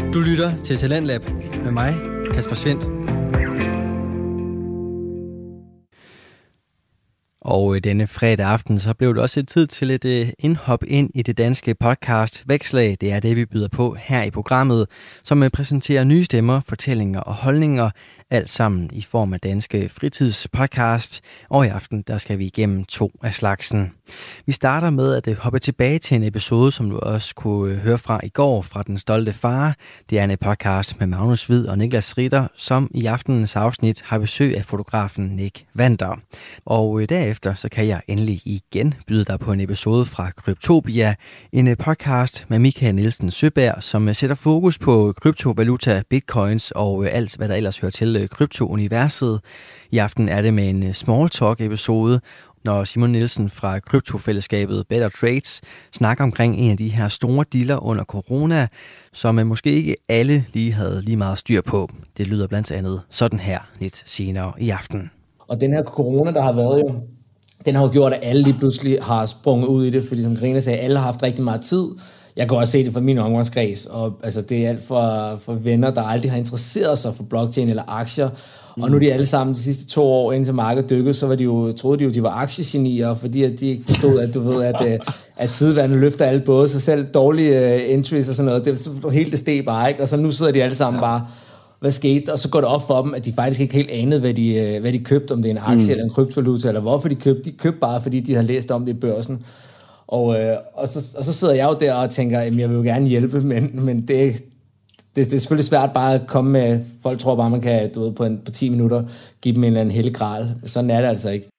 Du lytter til Talentlab med mig, Kasper Svendt. Og denne fredag aften, så blev det også tid til et indhop ind i det danske podcast Vækslag. Det er det, vi byder på her i programmet, som præsenterer nye stemmer, fortællinger og holdninger, alt sammen i form af danske fritidspodcast. Og i aften, der skal vi igennem 2 af slagsen. Vi starter med at hoppe tilbage til en episode, som du også kunne høre fra i går, fra Den Stolte Far. Det er en podcast med Magnus Hvid og Niklas Ritter, som i aftenens afsnit har besøg af fotografen Nick Wander. Og derefter så kan jeg endelig igen byde dig på en episode fra Kryptopia, en podcast med Michael Nielsen Søberg, som sætter fokus på kryptovaluta, bitcoins og alt, hvad der ellers hører til kryptouniverset. I aften er det med en small talk episode, når Simon Nielsen fra kryptofællesskabet Better Trades snakker omkring en af de her store dealer under corona, som måske ikke alle lige havde lige meget styr på. Det lyder blandt andet sådan her lidt senere i aften. Og den her corona, der har været jo, den har jo gjort, at alle lige pludselig har sprunget ud i det, fordi som Karina sagde, alle har haft rigtig meget tid. Jeg kan også se det fra min omgangskreds, og altså, det er alt for venner, der aldrig har interesseret sig for blockchain eller aktier. Og nu er de alle sammen de sidste 2 år, indtil markedet dykkede, så var troede de jo, de var aktiegenier, fordi at de ikke forstod, at du ved, at tidvandet løfter alle både, så selv dårlige entries og sådan noget, det helt det steg bare, ikke? Og så nu sidder de alle sammen bare, hvad skete? Og så går det op for dem, at de faktisk ikke helt anede, hvad de købte, om det er en aktie eller en kryptovaluta, eller hvorfor de købte. De købte bare, fordi de har læst om det i børsen. Og så sidder jeg jo der og tænker, at jeg vil jo gerne hjælpe, men det er selvfølgelig svært bare at komme med, folk tror bare, man kan på 10 minutter give dem en eller anden hellig gral. Sådan er det altså ikke.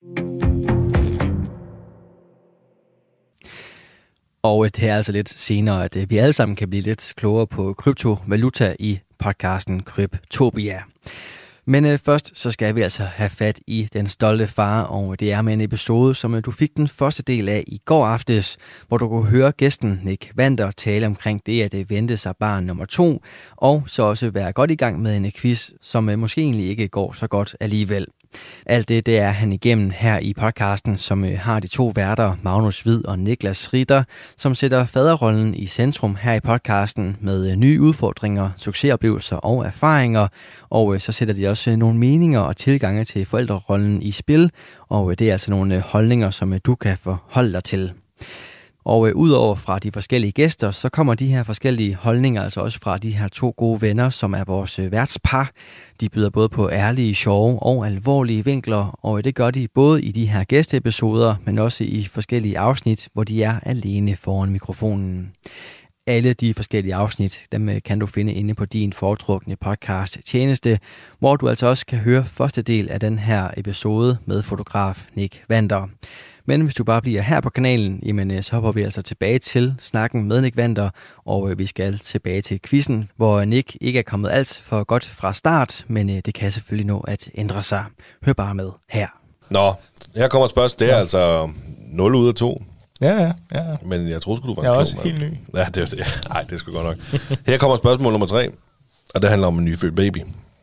Og det er altså lidt senere, at vi alle sammen kan blive lidt klogere på kryptovaluta i podcasten Kryptopia. Men først så skal vi altså have fat i Den Stolte Far, og det er med en episode, som du fik den første del af i går aftes, hvor du kunne høre gæsten Nick Wander tale omkring det at vente sig barn nummer 2, og så også være godt i gang med en quiz, som måske egentlig ikke går så godt alligevel. Alt det er han igennem her i podcasten, som har de 2 værter, Magnus Hvid og Niklas Ritter, som sætter faderrollen i centrum her i podcasten med nye udfordringer, succesoplevelser og erfaringer. Og så sætter de også nogle meninger og tilgange til forældrerollen i spil, og det er altså nogle holdninger, som du kan forholde dig til. Og udover fra de forskellige gæster, så kommer de her forskellige holdninger altså også fra de her 2 gode venner, som er vores værtspar. De byder både på ærlige, sjove og alvorlige vinkler, og det gør de både i de her gæsteepisoder, men også i forskellige afsnit, hvor de er alene foran mikrofonen. Alle de forskellige afsnit, dem kan du finde inde på din foretrukne podcast tjeneste, hvor du altså også kan høre første del af den her episode med fotograf Nick Wander. Men hvis du bare bliver her på kanalen, jamen, så hopper vi altså tilbage til snakken med Nick Wander, og vi skal tilbage til quizzen, hvor Nick ikke er kommet alt for godt fra start, men det kan selvfølgelig nå at ændre sig. Hør bare med her. Nå, her kommer et spørgsmål. Det er altså 0 ud af 2. Ja. Men jeg tror sgu, du var jeg er klog, også helt ny. Ja, det er det. Nej, det er sgu godt nok. Her kommer spørgsmål nummer 3, og det handler om en nyfødt baby.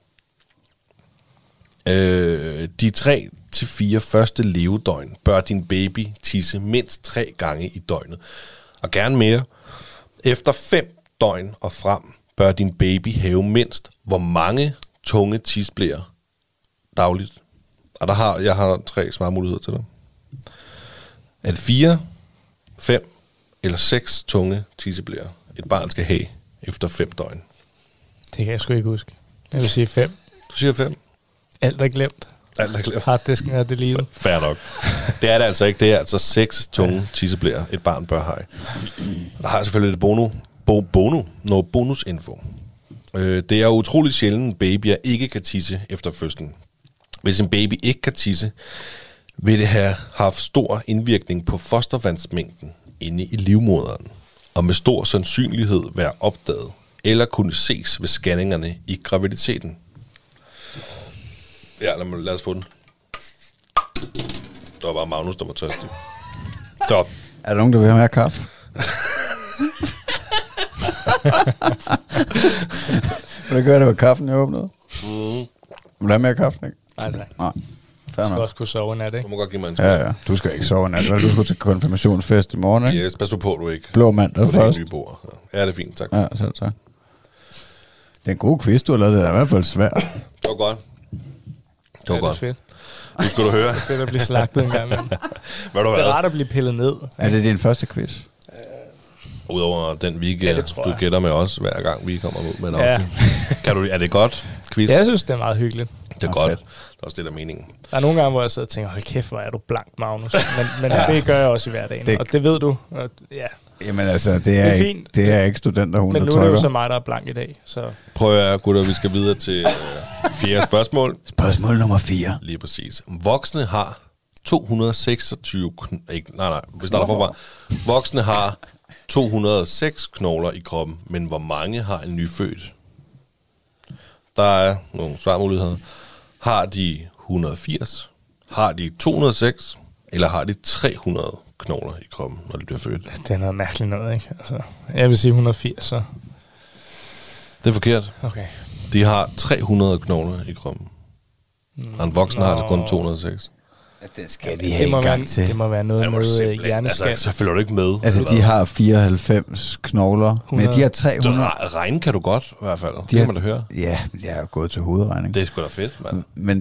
De 3 til 4 første levedøgn bør din baby tisse mindst 3 gange i døgnet, og gerne mere. Efter 5 døgn og frem bør din baby have mindst hvor mange tunge tisblæer dagligt. Og jeg har 3 svarmuligheder til dig. Er det 4, 5 eller 6 tunge tisseblæer, et barn skal have efter 5 døgn? Det kan jeg sgu ikke huske. Jeg vil sige 5. Du siger 5? Alt er glemt. Harddisken er det lige. Fair nok. Det er det altså ikke. Det er altså 6 tunge tisseblæer, et barn bør have. Der har selvfølgelig noget bonusinfo. Det er utroligt sjældent, at babyer ikke kan tisse efter fødslen. Hvis en baby ikke kan tisse, vil det have haft stor indvirkning på fostervandsmængden inde i livmoderen, og med stor sandsynlighed være opdaget eller kunne ses ved scanningerne i graviditeten. Ja, lad os få den. Det var bare Magnus, der var tørstig. Top. Er der nogen, der vil have mere kaffe? Hvordan gør det, at kaffen er åbnet? Vil du have mere kaffe, ikke? Nej, tak. Nej. Du skal også kunne sove en nat, ikke? Du må godt give mig en skål. Ja. Du skal ikke sove en nat, vel? Du skal til konfirmationsfest i morgen, ikke? Yes, pas du på, du ikke. Blå mandag først. Ja, det er fint, tak. Ja, selv tak. Det er en god quiz, du har lavet. Det er i hvert fald svært. Det var godt. Det var godt. Det er fedt. Nu skal du høre. Det er fedt at blive slagtet en gang. Men Hvad du det er rart at blive pillet ned. Er det din første quiz? Udover den weekend, Ja, du gætter med os, hver gang vi kommer ud med noget. Ja. Er det godt, quiz? Jeg synes, det er meget hyggeligt. Det er godt. Det er også det, der er meningen. Der er nogle gange, hvor jeg sidder og tænker, hold kæft, hvor er du blank, Magnus. Men det gør jeg også i hverdagen, og det ved du. Og ja. Jamen altså, det er fint. Det er ikke studenterhund, Men der nu trykker. er det jo så mig, der er blank i dag. Så. Prøv at gutter, vi skal videre til fjerde spørgsmål. Spørgsmål nummer 4. Lige præcis. Voksne har 226... Nej, vi starter forfra. Voksne har 206 knogler i kroppen, men hvor mange har en nyfødt? Der er nogle svarmuligheder. Har de 180? Har de 206? Eller har de 300 knogler i kroppen, når de bliver født? Det er noget mærkeligt noget, ikke? Altså, jeg vil sige 180, så... Det er forkert. Okay. De har 300 knogler i kroppen. Og en voksen har altså kun 206. Den skal de have en gang til. Det må være noget med hjerneskab. Altså, så følger du ikke med. Altså, de har 94 knogler, 100. Men de har 300. Regne kan du godt, i hvert fald. Det kan man da høre. Ja, jeg er jo gået til hovedregning. Det er sgu da fedt, mand.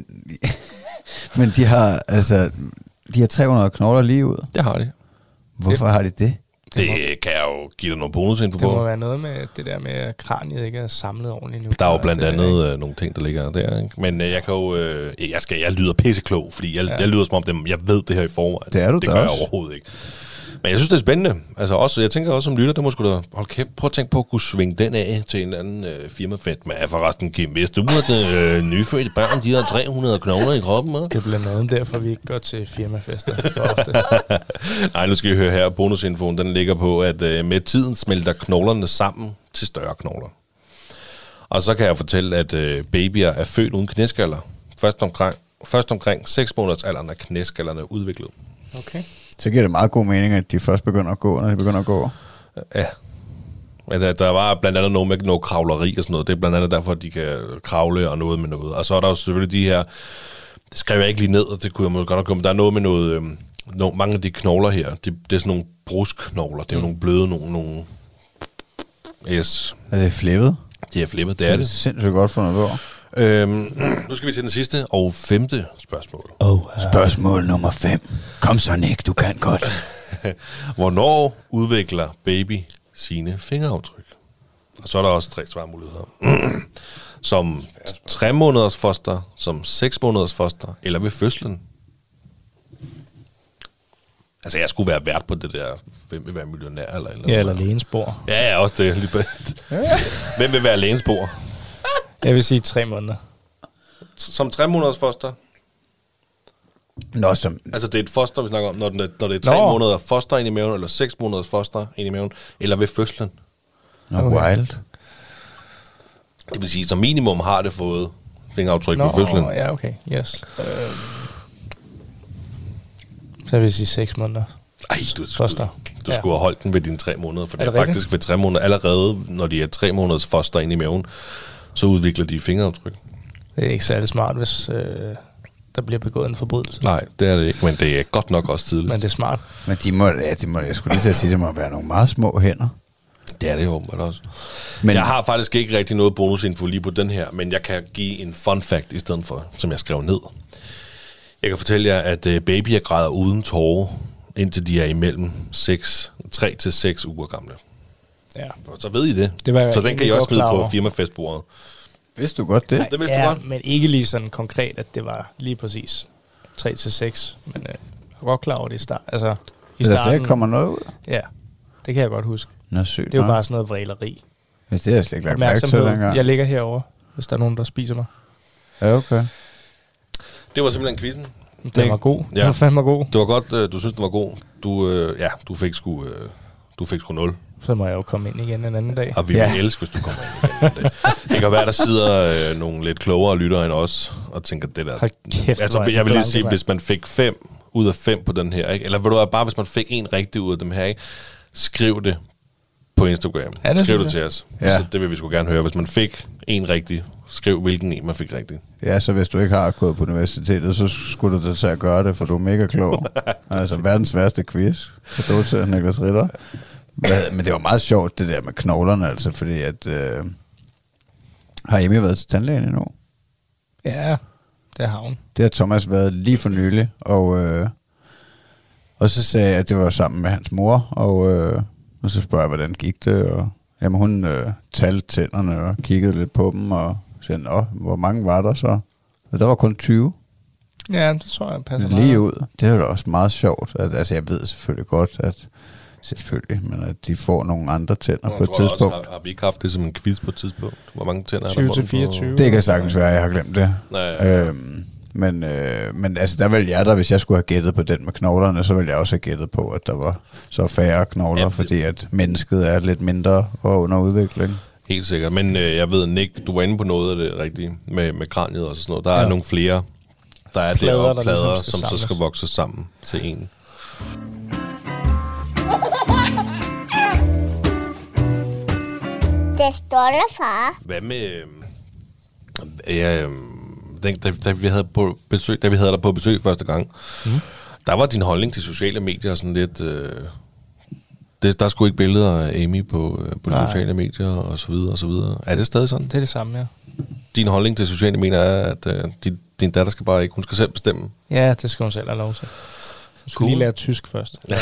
Men de har, altså, de har 300 knogler lige ud. Det har de. Hvorfor har de det? Det kan jeg jo give dig noget bonusinfo på. Det må være noget med det der med, at kraniet ikke er samlet ordentligt nu. Der er jo blandt andet nogle ting, der ligger der. Ikke? Men jeg kan jo... jeg lyder pisseklog, fordi jeg lyder som om, jeg ved det her i forvejen. Det er du det da gør også. jeg overhovedet ikke. Men jeg synes, det er spændende. Altså også, jeg tænker også som lytter, der må sgu da... Hold kæft, prøv at tænke på at kunne svinge den af til en eller anden firmafest. Men forresten, Kim, hvis du er nyfødte børn, de har 300 knogler i kroppen. Med. Det er blandt andet derfor, vi ikke går til firmafester for ofte. Nej, nu skal I høre her. Bonusinfoen, den ligger på, at med tiden smelter knoglerne sammen til større knogler. Og så kan jeg fortælle, at babyer er født uden knæskaller. Først omkring 6 måneders alderen er knæskallerne udviklet. Okay. Så giver det meget god mening, at de først begynder at gå, når de begynder at gå. Ja. Men der var blandt andet noget med noget kravleri og sådan noget. Det er blandt andet derfor, at de kan kravle og noget med noget. Og så er der jo selvfølgelig de her... Det skrev jeg ikke lige ned, og det kunne jeg måske godt have gjort, men der er noget med noget... mange af de knogler her, det er sådan nogle brusknogler. Det er jo nogle bløde, nogle... Yes. Er det flippet? De er flippet, det er det. Sindssygt godt fundet på. Nu skal vi til den sidste og 5. spørgsmål. Spørgsmål nummer 5. Kom så, Nick, du kan godt. Hvornår udvikler baby sine fingeraftryk? Og så er der også 3 svarmuligheder. Som 3 måneders foster, som 6 måneders foster, eller ved fødslen. Altså, jeg skulle være vært på det der, hvem vil være millionær, eller Ja, eller lægensbord. Ja, også det. Hvem vil være lægensbord? Jeg vil sige 3 måneder. Som 3 måneders foster? Nå, som... Altså, det er et foster, vi snakker om, når det er 3 måneder foster ind i maven, eller 6 måneders foster ind i maven, eller ved fødslen. Nå, wild. Det vil sige, som minimum har det fået fingeraftryk ved fødslen. Ja, okay. Yes. Så vil jeg sige 6 måneder. Ej, du skulle have holdt den ved dine 3 måneder, for det er faktisk ved 3 måneder. Allerede, når de er 3 måneders foster ind i maven, så udvikler de fingeraftryk. Det er ikke særlig smart, hvis der bliver begået en forbrydelse. Nej, det er det ikke, men det er godt nok også tidligt. Men det er smart. Men de må, jeg skulle lige til at sige, det må være nogle meget små hænder. Det er det jo også. Men jeg har faktisk ikke rigtig noget bonusinfo lige på den her, men jeg kan give en fun fact i stedet for, som jeg skrev ned. Jeg kan fortælle jer, at babyer græder uden tårer, indtil de er imellem 3 til 6 uger gamle. Ja. Så ved I det. Så den kan I også smide på firmafestbordet. Vidste du godt det? Det vidste du godt. Men ikke lige sådan konkret, at det var lige præcis 3 til 6. Men jeg er godt klar over det i starten. Altså, i starten. Der kommer noget ud? Ja, det kan jeg godt huske. Nå, sygt, det er jo bare sådan noget vræleri. Hvis det er slet ikke lagt mærke til dengang. Jeg ligger herovre, hvis der er nogen, der spiser mig. Ja, okay. Det var simpelthen quizzen. Det var god. Ja. Det var fandme god. Det var godt, du synes, det var god. Du fik sgu 0. Så må jeg jo komme ind igen en anden dag. Og vi vil elske, hvis du kommer ind igen en anden dag. Det kan være, der sidder nogle lidt klogere lyttere end os, og tænker det der. Kæft, altså, jeg vil lige sige, hvis man fik 5 ud af 5 på den her, ikke? Eller vil du bare, hvis man fik en rigtig ud af dem her, ikke? Skriv det på Instagram. Ja, skriv det til os. Ja. Så det vil vi sgu gerne høre. Hvis man fik en rigtig, skriv hvilken en man fik rigtig. Ja, så hvis du ikke har gået på universitetet, så skulle du da til at gøre det, for du er mega klog. Altså verdens værste quiz. Kado til Niklas Ritter. Men det var meget sjovt, det der med knoglerne, altså, fordi at Har Amy været til tandlægen endnu? Ja, det har hun. Det har Thomas været lige for nylig, og så sagde jeg, at det var sammen med hans mor, og så spørger jeg, hvordan gik det, og jamen hun talte tænderne og kiggede lidt på dem, og sagde, hvor mange var der så? Og der var kun 20. Ja, det tror jeg passer lige meget. ud. Det er da også meget sjovt. Altså jeg ved selvfølgelig godt, men at de får nogle andre tænder på et tidspunkt. Har vi ikke haft det som en quiz på et tidspunkt? Hvor mange tænder 20-24. Det kan sagtens være, jeg har glemt det. Ja. Men altså, der ville jeg hvis jeg skulle have gættet på den med knoglerne, så ville jeg også have gættet på, at der var så færre knogler, fordi at mennesket er lidt mindre og under udvikling. Helt sikkert. Men jeg ved, Nick, du var inde på noget af det rigtige med kraniet og sådan noget. Der er nogle flere. Der er plader, ligesom som så skal vokse sammen til en. Det står der, far. Hvad med... Da vi havde dig på besøg første gang, der var din holdning til sociale medier sådan lidt... der skulle ikke billeder af Amy på de sociale medier og så videre og så videre. Er det stadig sådan? Det er det samme, ja. Din holdning til sociale medier er, at din datter skal bare ikke... Hun skal selv bestemme. Ja, det skal hun selv have lov til. Hun skal lige lære tysk først. Ja.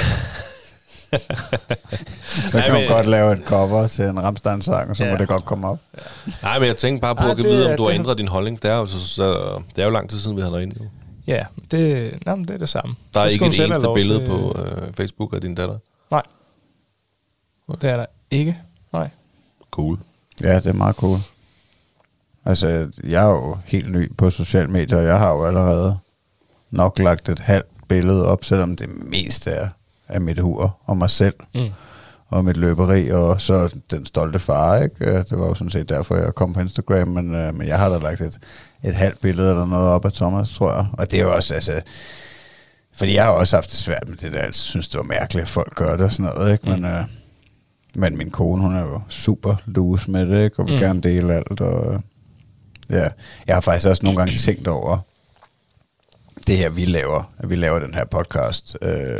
Så kan hun godt lave et cover til en Rammstein-sang, og så må det godt komme op. Ja. Nej, men jeg tænker bare på at vide, om du har ændret din holdning. Det er jo lang tid siden, vi havde derinde nu. Ja, det er det samme. Der er ikke et eneste billede på Facebook af din datter? Nej. Det er der ikke. Nej. Cool. Ja, det er meget cool. Altså, jeg er jo helt ny på sociale medier, og jeg har jo allerede nok lagt et halvt billede op, selvom det meste er af mit hur og mig selv og mit løberi, og så den stolte far, ikke? Det var jo sådan set derfor, jeg kom på Instagram, men jeg har da lagt et halvt billede eller noget op af Thomas, tror jeg. Og det er jo også, altså... Fordi jeg har også haft det svært med det der, altså synes det var mærkeligt, at folk gør det og sådan noget, ikke? Men min kone, hun er jo super loose med det, ikke? Og vil gerne dele alt, og... Ja, jeg har faktisk også nogle gange tænkt over det her, vi laver den her podcast,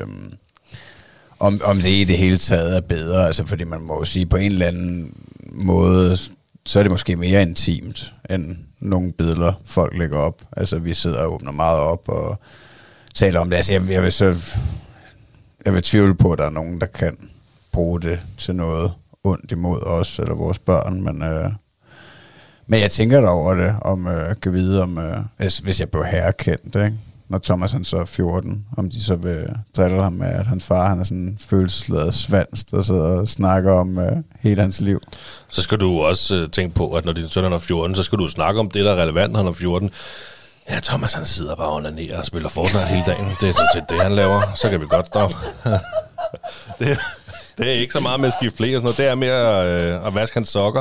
om det i det hele taget er bedre, altså fordi man må jo sige, på en eller anden måde, så er det måske mere intimt, end nogle billeder, folk lægger op. Altså vi sidder og åbner meget op og taler om det. Altså jeg vil tvivle på, at der er nogen, der kan bruge det til noget ondt imod os eller vores børn, men jeg tænker da over det, om kan vide, om hvis jeg blev herrekendt, ikke? Når Thomas han så er 14, om de så vil drille ham med, at hans far han er sådan følelsesladet svanst, og så snakker om hele hans liv. Så skal du også tænke på, at når din søn er 14, så skal du snakke om det, der er relevant, når han er 14. Ja, Thomas han sidder bare under ned og spiller Fortnite hele dagen. Det er sådan set det, han laver. Så kan vi godt stoppe. det er ikke så meget med at skifte flere og sådan noget. Det er mere at vaske hans sokker.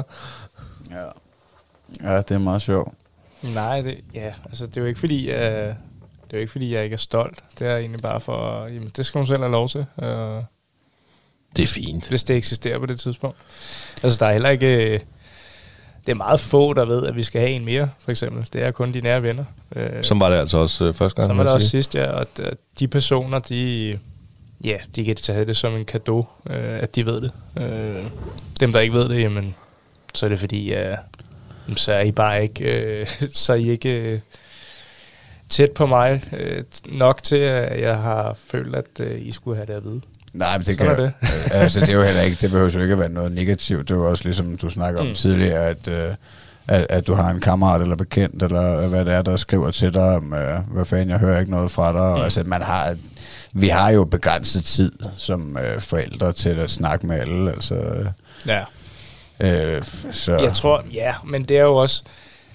Ja, det er meget sjovt. Nej, det er jo ikke fordi... Det er jo ikke, fordi jeg ikke er stolt. Det er egentlig bare for... Jamen, det skal hun selv have lov til. Det er fint. Hvis det eksisterer på det tidspunkt. Altså, der er heller ikke... Det er meget få, der ved, at vi skal have en mere, for eksempel. Det er kun de nære venner. Som var det altså også første gang? Som var det også sidst, ja. Og de personer, de kan tage det som en cadeau, at de ved det. Dem, der ikke ved det, jamen, så er det fordi, så er I bare ikke... så er I ikke... tæt på mig nok til, at jeg har følt, at I skulle have det at vide. Nej, men det kan det. Altså, det er jo heller ikke, det behøver jo ikke at være noget negativt. Det er jo også ligesom, du snakker om tidligere, at du har en kammerat eller bekendt, eller hvad det er, der skriver til dig om, hvad fanden, jeg hører ikke noget fra dig. Altså, vi har jo begrænset tid som forældre til at snakke med alle. Altså, ja. Så. Jeg tror, men det er jo også...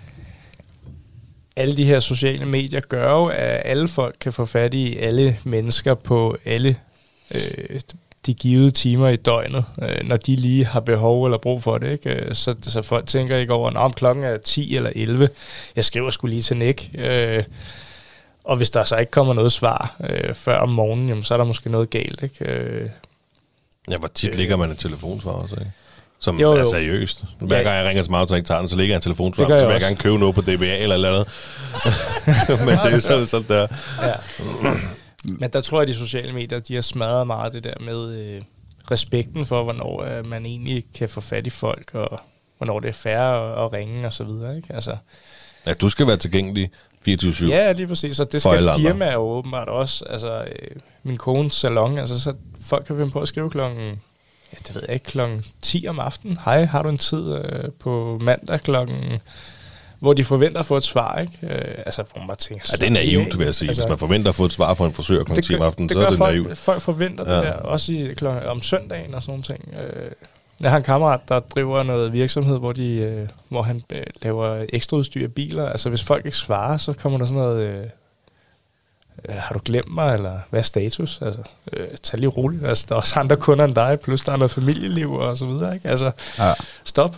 Alle de her sociale medier gør jo, at alle folk kan få fat i alle mennesker på alle de givede timer i døgnet, når de lige har behov eller brug for det. Ikke? Så folk tænker ikke over, om klokken er 10 eller 11. Jeg skriver sgu lige til Nick. Og hvis der så ikke kommer noget svar før om morgenen, jamen, så er der måske noget galt. Ikke? Ja, hvor tit ligger man et telefonsvar også, ikke? Som jo. er seriøst. Hver gang jeg ringer til mig, og ikke tager den, så ligger jeg en telefonsvar, så vil jeg gerne købe noget på DBA eller andet. Men det er sådan der. Ja. Men der tror jeg, at de sociale medier, de har smadret meget det der med respekten for, hvornår man egentlig kan få fat i folk, og hvornår det er fair at ringe og så videre, ikke? Altså, Ja, du skal være tilgængelig 24/7. ja, lige præcis, og det skal firmaer jo åbenbart også. Altså, min kones salon, altså, så folk kan finde på at skrive klokken, ja, det ved jeg ikke, klokken 10 om aftenen. Hej, har du en tid på mandag klokken, hvor de forventer at få et svar, ikke? Altså, hvor man tænker... Ja, det er naivt, vil jeg sige. Altså, hvis man forventer at få et svar fra en frisør klokken 10 om aftenen, så er det naivt. Folk forventer det der, også om søndagen og sådan nogle ting. Jeg har en kammerat, der driver noget virksomhed, hvor han laver ekstraudstyr af biler. Altså, hvis folk ikke svarer, så kommer der sådan noget... har du glemt mig, eller hvad er status? Altså, tag lige roligt. Altså, der er også andre kunder end dig, plus der er noget familieliv og så videre, ikke? Altså, stop.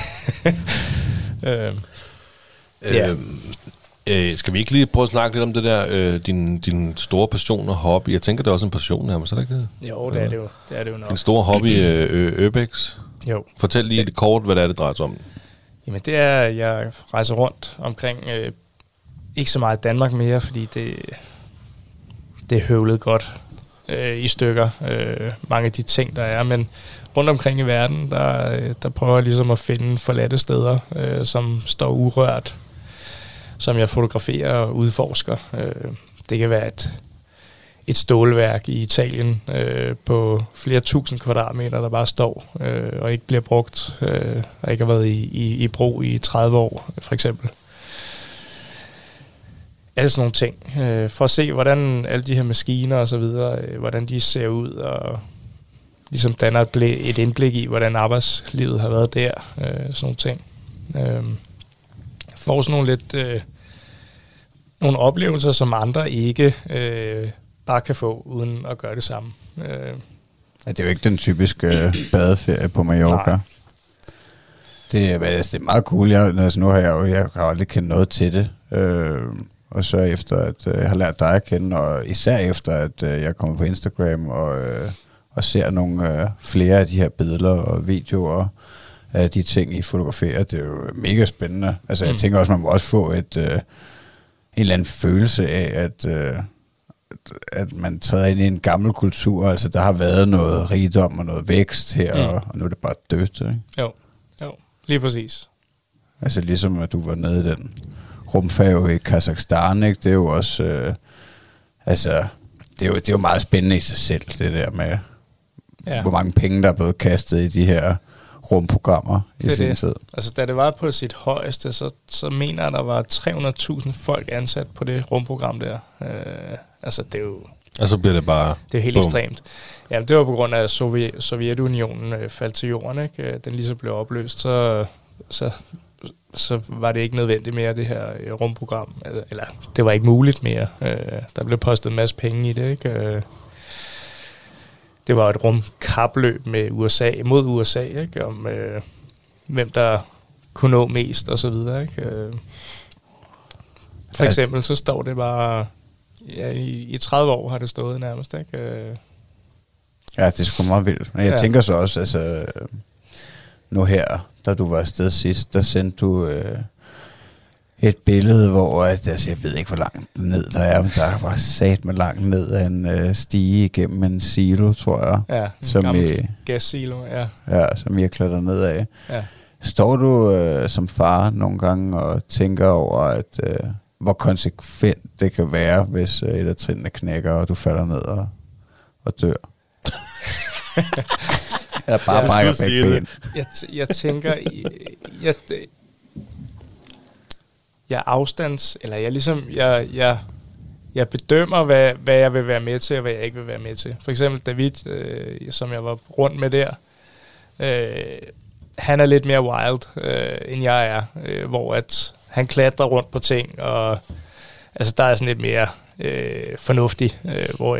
Skal vi ikke lige prøve at snakke lidt om det der, din store passion og hobby? Jeg tænker, det er også en passion nærmest, er det ikke det? Jo, det er det jo. Det er det jo nok. Din store hobby, Urbex. Jo. Fortæl lige lidt kort, hvad det drejer sig om. Jamen, det er, at jeg rejser rundt omkring, ikke så meget Danmark mere, fordi det er høvlet godt i stykker, mange af de ting, der er, men rundt omkring i verden, der prøver jeg ligesom at finde forladte steder, som står urørt, som jeg fotograferer og udforsker. Det kan være et stålværk i Italien på flere tusind kvadratmeter, der bare står og ikke bliver brugt, og ikke har været i brug i 30 år, for eksempel. Alle sådan nogle ting. For at se, hvordan alle de her maskiner og så videre, hvordan de ser ud, og ligesom danner et indblik i, hvordan arbejdslivet har været der. Sådan nogle ting. Får sådan nogle lidt... nogle oplevelser, som andre ikke bare kan få, uden at gøre det samme. Ja, det er jo ikke den typiske badeferie på Mallorca. Nej. Det er meget cool. Nu har jeg har aldrig kendt noget til det. Og så efter, at jeg har lært dig at kende, og især efter, at jeg kommer på Instagram og ser nogle flere af de her billeder og videoer af de ting, I fotograferer. Det er jo mega spændende. Altså, jeg tænker også, man må også få en eller anden følelse af, at man træder ind i en gammel kultur. Altså, der har været noget rigdom og noget vækst her, og nu er det bare dødt, ikke? Jo, lige præcis. Altså, ligesom at du var nede i den rumfærge i Kazakhstan, ikke? Det er jo også... det er jo meget spændende i sig selv, det der med, hvor mange penge, der er blevet kastet i de her rumprogrammer i sin tid. Altså, da det var på sit højeste, så mener jeg, der var 300.000 folk ansat på det rumprogram der. Altså, det er jo... Og så bliver det bare... Det er helt ekstremt. Jamen, det var på grund af, at Sovjetunionen faldt til jorden, ikke? Den lige så blev opløst, så var det ikke nødvendigt mere, det her rumprogram. Eller, det var ikke muligt mere. Der blev postet en masse penge i det, ikke? Det var et rumkapløb med mod USA, ikke? Om hvem der kunne nå mest og så videre, ikke? For eksempel så står det bare i 30 år har det stået nærmest, ikke? Ja, det er sgu meget vildt. Men jeg tænker så også, altså nu her, da du var afsted sidst, der sendte du et billede, hvor altså, jeg ved ikke, hvor langt ned der er, men der var sat med langt ned af en stige igennem en silo, tror jeg. Ja, en gammel gassilo, ja. Ja, som jeg klatrer ned af. Ja. Står du som far nogle gange og tænker over, at hvor konsekvent det kan være, hvis et af trinene knækker, og du falder ned og dør? Eller bare brækker begge ben. Jeg tænker, jeg afstands, eller jeg bedømmer, hvad jeg vil være med til, og hvad jeg ikke vil være med til. For eksempel David, som jeg var rundt med der, han er lidt mere wild, end jeg er, hvor at han klatrer rundt på ting, og altså der er sådan lidt mere fornuftig, hvor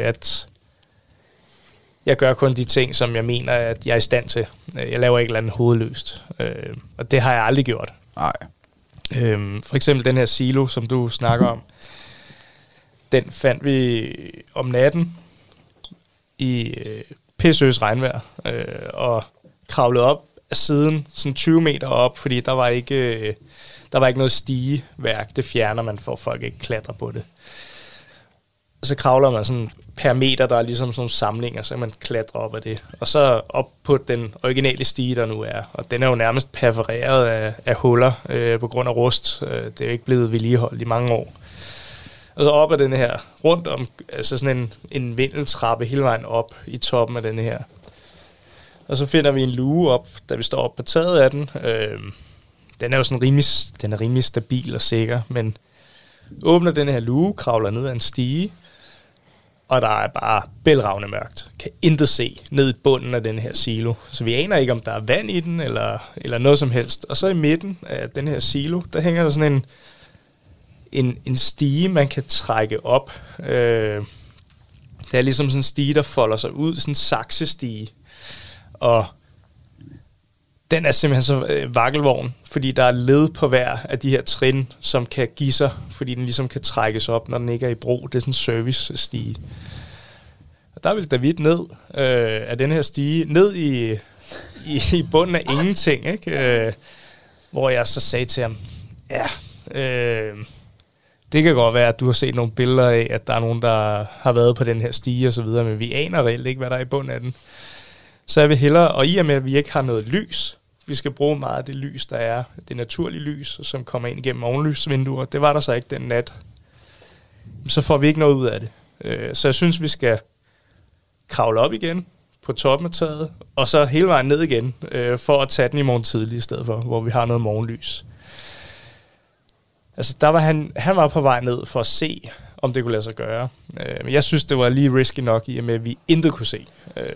jeg gør kun de ting, som jeg mener, at jeg er i stand til. Jeg laver ikke et eller andet hovedløst, og det har jeg aldrig gjort. Nej. For eksempel den her silo, som du snakker om, den fandt vi om natten i pissøs regnvejr, og kravlede op af siden, sådan 20 meter op, fordi der var ikke noget stigeværk. Det fjerner man, for folk ikke klatrer på det. så kravler man sådan per meter, der er ligesom sådan nogle samlinger, så man klatrer op af det. Og så op på den originale stige, der nu er. Og den er jo nærmest perforeret af huller på grund af rust. Det er jo ikke blevet vedligeholdt i mange år. Og så op ad den her, rundt om, altså sådan en vindeltrappe hele vejen op i toppen af den her. Og så finder vi en luge op, da vi står op på taget af den. Den er jo sådan rimelig stabil og sikker, men åbner den her luge, kravler ned ad en stige, og der er bare bælragende mørkt. Kan intet se ned i bunden af den her silo. Så vi aner ikke, om der er vand i den, eller noget som helst. Og så i midten af den her silo, der hænger der sådan en stige, man kan trække op. Det er ligesom sådan en stige, der folder sig ud, sådan en saksestige. Og den er simpelthen så vakkelvogn, fordi der er led på hver af de her trin, som kan give sig, fordi den ligesom kan trækkes op, når den ikke er i brug. Det er sådan en service-stige. Og der vil David ned af den her stige, ned i bunden af ingenting, ikke? Hvor jeg så sagde til ham, ja, det kan godt være, at du har set nogle billeder af, at der er nogen, der har været på den her stige og så videre, men vi aner reelt ikke, hvad der er i bunden af den. Så jeg vil hellere, og i og med, at vi ikke har noget lys, vi skal bruge meget af det lys, der er, det naturlige lys, som kommer ind igennem ovenlysvinduer, det var der så ikke den nat. Så får vi ikke noget ud af det. Så jeg synes, vi skal kravle op igen på toppen af taget, og så hele vejen ned igen, for at tage den i morgen tidlig i stedet for, hvor vi har noget morgenlys. Altså, der var han var på vej ned for at se, om det kunne lade sig gøre. Men jeg synes, det var lige risky nok i og med, at vi intet kunne se.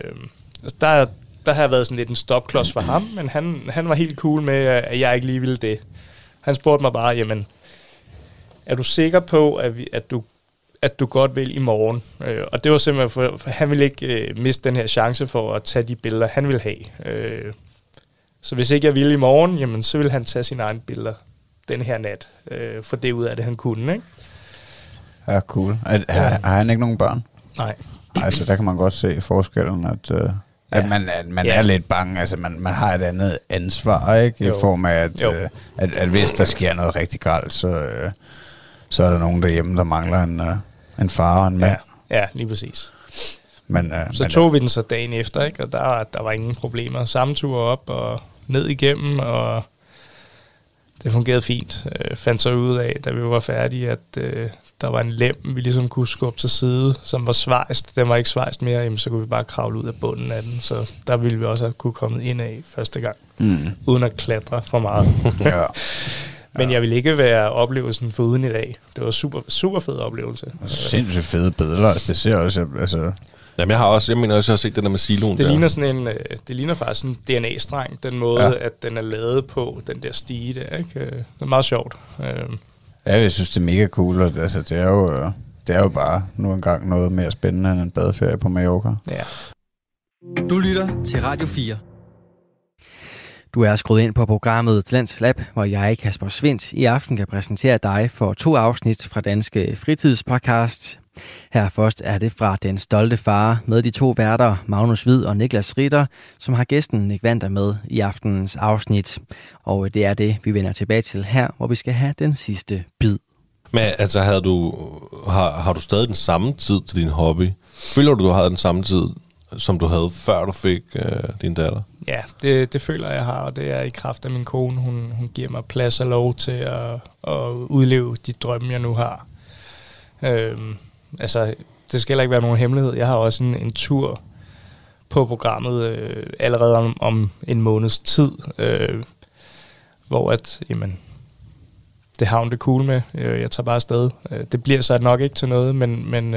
Der har været sådan lidt en stopklods for ham, men han var helt cool med, at jeg ikke lige ville det. Han spurgte mig bare, jamen, er du sikker på, at du godt vil i morgen? Og det var simpelthen, for han ville ikke miste den her chance for at tage de billeder, han ville have. Så hvis ikke jeg ville i morgen, jamen, så ville han tage sine egne billeder den her nat, for det ud af det, han kunne, ikke? Ja, cool. Har han ikke nogen børn? Nej. Altså, der kan man godt se forskellen, at man er lidt bange. Altså, man har et andet ansvar, ikke? I form af, at hvis der sker noget rigtig grelt, så er der nogen derhjemme, der mangler en far og en mand. Ja, lige præcis. Så men tog vi den så dagen efter, ikke? Og der var ingen problemer. Samme tur op og ned igennem, og det fungerede fint. Fandt så ud af, da vi var færdige, at der var en lem, vi ligesom kunne skubbe til side, som var svejst. Den var ikke svejst mere, jamen, så kunne vi bare kravle ud af bunden af den. Så der ville vi også have kunne komme ind af første gang, uden at klatre for meget. Ja. Men jeg ville ikke være oplevelsen for uden i dag. Det var super, super fed oplevelse. Sindssygt fede billeder. Det ser også, altså. Jamen, jeg mener også, jeg har set den der med siloen. Det ligner sådan det ligner faktisk en DNA-streng, den måde, at den er lavet på, den der stige der, ikke? Det er meget sjovt. Ja, jeg synes, det er mega cool, og altså, det er jo bare nu engang noget mere spændende end en badeferie på Mallorca. Ja. Du lytter til Radio 4. Du er skruet ind på programmet Talent Lab, hvor jeg, Kasper Svindt, i aften kan præsentere dig for 2 afsnit fra Danske Fritidspodcast. Her først er det fra Den Stolte Far med de 2 værter, Magnus Hvid og Niklas Ritter, som har gæsten Nick Wander med i aftenens afsnit. Og det er det, vi vender tilbage til her, hvor vi skal have den sidste bid. Men altså, har du stadig den samme tid til din hobby? Føler du havde den samme tid, som du havde, før du fik din datter? Ja, det føler jeg har, og det er i kraft af min kone. Hun giver mig plads og lov til at udleve de drømme, jeg nu har. Altså, det skal heller ikke være nogen hemmelighed. Jeg har også en tur på programmet allerede om en måneds tid, hvor jamen, det har hun det cool med. Jeg tager bare afsted. Det bliver så nok ikke til noget, men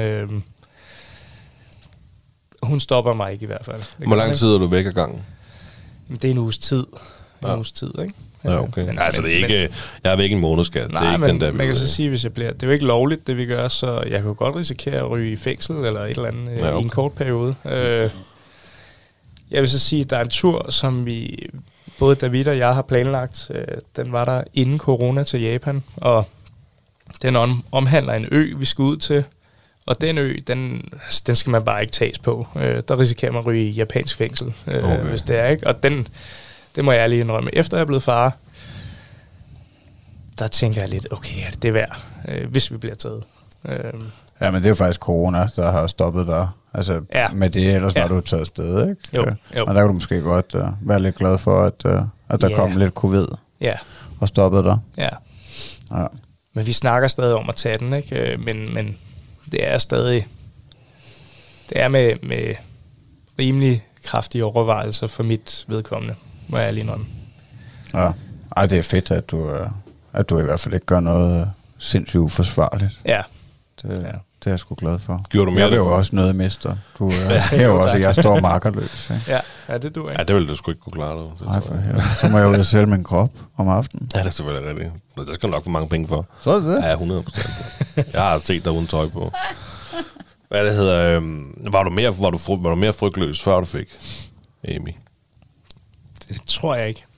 hun stopper mig ikke i hvert fald. Hvor lang tid er du væk ad gangen? Det er en uges tid. En uges tid, ikke? Ja, okay. Det er ikke, jeg er væk en måned, skat. Nej, det er ikke men den der, man kan så sige, hvis jeg bliver. Det er jo ikke lovligt, det vi gør, så jeg kan godt risikere at ryge i fængsel eller et eller andet i en kort periode. Jeg vil så sige, at der er en tur, som vi, både David og jeg har planlagt. Den var der inden corona til Japan, og den omhandler en ø, vi skal ud til. Og den ø, den skal man bare ikke tages på. Der risikerer man at ryge i japansk fængsel, hvis det er, ikke? Og det må jeg lige indrømme. Efter jeg er blevet far, der tænker jeg lidt, okay, det er værd, hvis vi bliver taget. Ja, men det er jo faktisk corona, der har stoppet dig. Altså med det, ellers var du taget afsted, ikke? Jo. Og der kunne du måske godt være lidt glad for, at der kom lidt covid og stoppede dig. Ja. Men vi snakker stadig om at tage den, ikke? Men det er stadig... Det er med rimelig kraftige overvejelser for mit vedkommende, må jeg lige indrømme. Ja. Ej, det er fedt, at du i hvert fald ikke gør noget sindssygt uforsvarligt. Ja. Det er jeg sgu glad for. Gjorde du mere? Jeg vil jo også noget mester. Du er jo også, at jeg står markerløs. Ja, det du ikke. Ja, det ville du sgu ikke kunne klare dig. Nej, for helvede. Så må jeg jo sælge min krop om aftenen. Ja, det er selvfølgelig rigtigt. Der skal du nok få mange penge for. Så er det? Ja, 100%. Jeg har set dig uden tøj på. Hvad det hedder? Var du mere frygtløs, før du fik Amy? Det tror jeg ikke.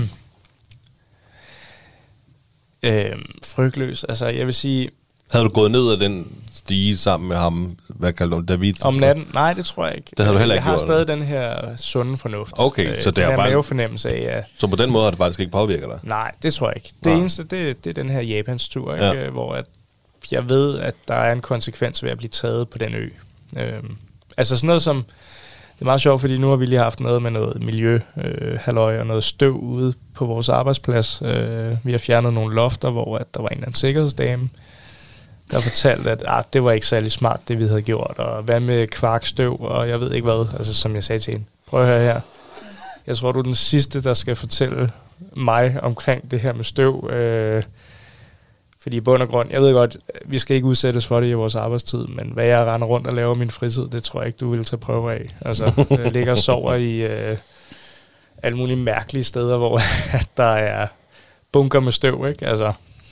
Frygtløs. Altså, jeg vil sige... Havde du gået ned ad den stige sammen med ham, hvad kalder du David? Om natten? Nej, det tror jeg ikke. Det havde du heller ikke Jeg har gjort. stadig den her sunde fornuft. Okay, så det er faktisk... faktisk... mavefornemmelse af, Så på den måde har det faktisk ikke påvirket dig? Nej, det tror jeg ikke. Det eneste, det er den her Japans tur, ikke? Ja. Hvor at jeg ved, at der er en konsekvens ved at blive taget på den ø. Altså sådan noget som... Det er meget sjovt, fordi nu har vi lige haft noget med noget miljø, halløj og noget støv ude på vores arbejdsplads. Vi har fjernet nogle lofter, hvor at der var en eller anden sikkerhedsdame, der fortalte, at det var ikke særlig smart, det vi havde gjort. Og hvad med kvarkstøv, og jeg ved ikke hvad. Altså som jeg sagde til hende. Prøv at høre her. Jeg tror, du er den sidste, der skal fortælle mig omkring det her med støv. Fordi i bund og grund, jeg ved godt, vi skal ikke udsættes for det i vores arbejdstid, men hvad jeg render rundt og laver min fritid, det tror jeg ikke, du vil tage prøve af. Altså, jeg ligger og sover i alle mulige mærkelige steder, hvor der er bunker med støv, ikke? Altså,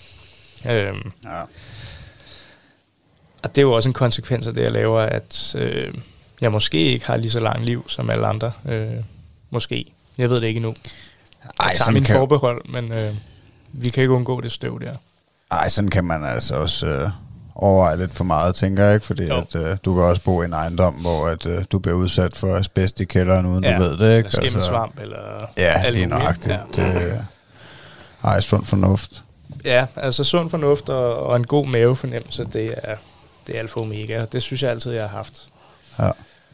og det er jo også en konsekvens af det, jeg laver, at jeg måske ikke har lige så langt liv som alle andre. Måske. Jeg ved det ikke endnu. Jeg tager mine forbehold, men vi kan ikke undgå det støv der. Ej, sådan kan man altså også overveje lidt for meget, tænker jeg ikke, fordi at, du kan også bo i en ejendom, hvor at, du bliver udsat for asbest i kælderen, uden du ved det, ikke? Eller skimmelsvamp, eller... Ja, lige nøjagtigt. Ja. Sund fornuft. Ja, altså sund fornuft og en god mavefornemmelse, det er alfa og omega, det synes jeg altid, jeg har haft. Ja.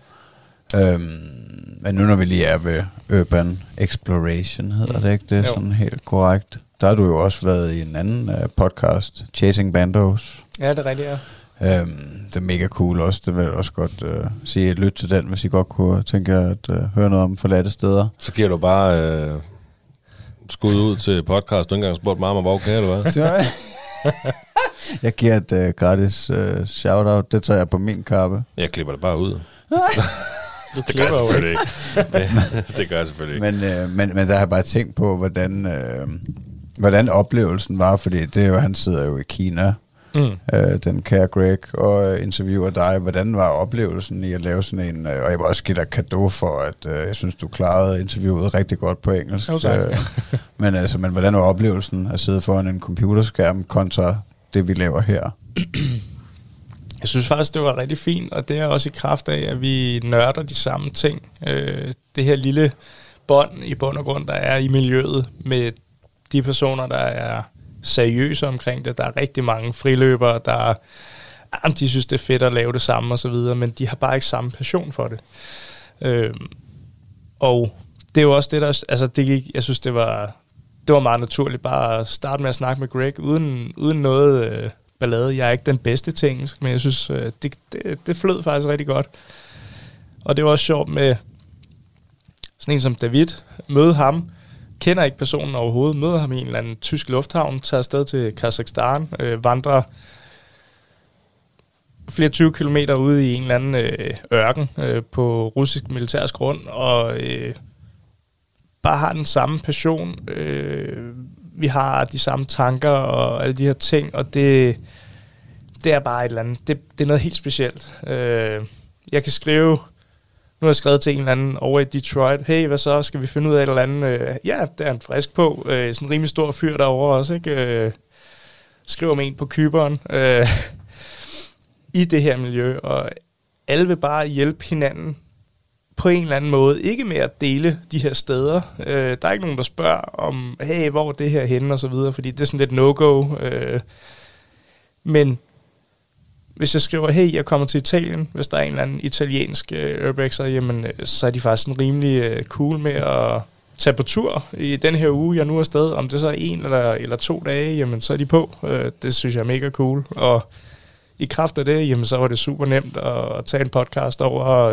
Men nu når vi lige er ved Urban Exploration, hedder det ikke det? Sådan helt korrekt. Der har du jo også været i en anden podcast, Chasing Bandos. Ja, det er rigtigt, ja. Det er mega cool også. Det vil jeg også godt sige. Lyt til den, hvis I godt kunne tænke jer at høre noget om forladte steder. Så giver du bare skud ud til podcast. Du ikke engang spurgt mig om, hvor kan du være? Jeg giver et gratis shout-out. Det tager jeg på min kappe. Jeg klipper det bare ud. Du det gør jeg selvfølgelig ikke. Det gør jeg selvfølgelig ikke. Men der har jeg bare tænkt på, hvordan oplevelsen var, fordi det er jo, han sidder jo i Kina, den kære Greg, og interviewer dig. Hvordan var oplevelsen i at lave sådan en, og jeg vil også give dig cadeau for, at jeg synes, du klarede interviewet rigtig godt på engelsk. Men hvordan var oplevelsen at sidde foran en computerskærm kontra det, vi laver her? Jeg synes faktisk, det var rigtig fint, og det er også i kraft af, at vi nørder de samme ting. Det her lille bånd i bund og grund, der er i miljøet med de personer, der er seriøse omkring det. Der er rigtig mange friløbere, de synes, det er fedt at lave det samme og så videre, men de har bare ikke samme passion for det. Og det er jo også det, der... Altså, det gik, jeg synes, det var meget naturligt bare at starte med at snakke med Greg, uden noget... ballade. Jeg er ikke den bedste til engelsk, men jeg synes, det flød faktisk rigtig godt. Og det var også sjovt med sådan en som David. Møde ham, kender ikke personen overhovedet, møder ham i en eller anden tysk lufthavn, tager afsted til Kazakhstan, vandrer flere 20 kilometer ude i en eller anden ørken på russisk militærsk grund, og bare har den samme passion. Vi har de samme tanker og alle de her ting, og det er bare et eller andet. Det er noget helt specielt. Jeg kan skrive, nu har jeg skrevet til en eller anden over i Detroit, hey, hvad så, skal vi finde ud af et eller andet? Ja, der er en frisk på, sådan en rimelig stor fyr derovre også, ikke? Skriver med en på Cypern i det her miljø, og alle vil bare hjælpe hinanden på en eller anden måde. Ikke med at dele de her steder. Der er ikke nogen, der spørger om, hey, hvor er det her henne, og så videre, fordi det er sådan lidt no-go. Men hvis jeg skriver, hey, jeg kommer til Italien, hvis der er en eller anden italiensk urbexer, jamen, så er de faktisk en rimelig cool med at tage på tur i den her uge, jeg nu er afsted. Om det så er 1 eller 2 dage, jamen, så er de på. Det synes jeg er mega cool. Og i kraft af det, jamen, så var det super nemt at tage en podcast over.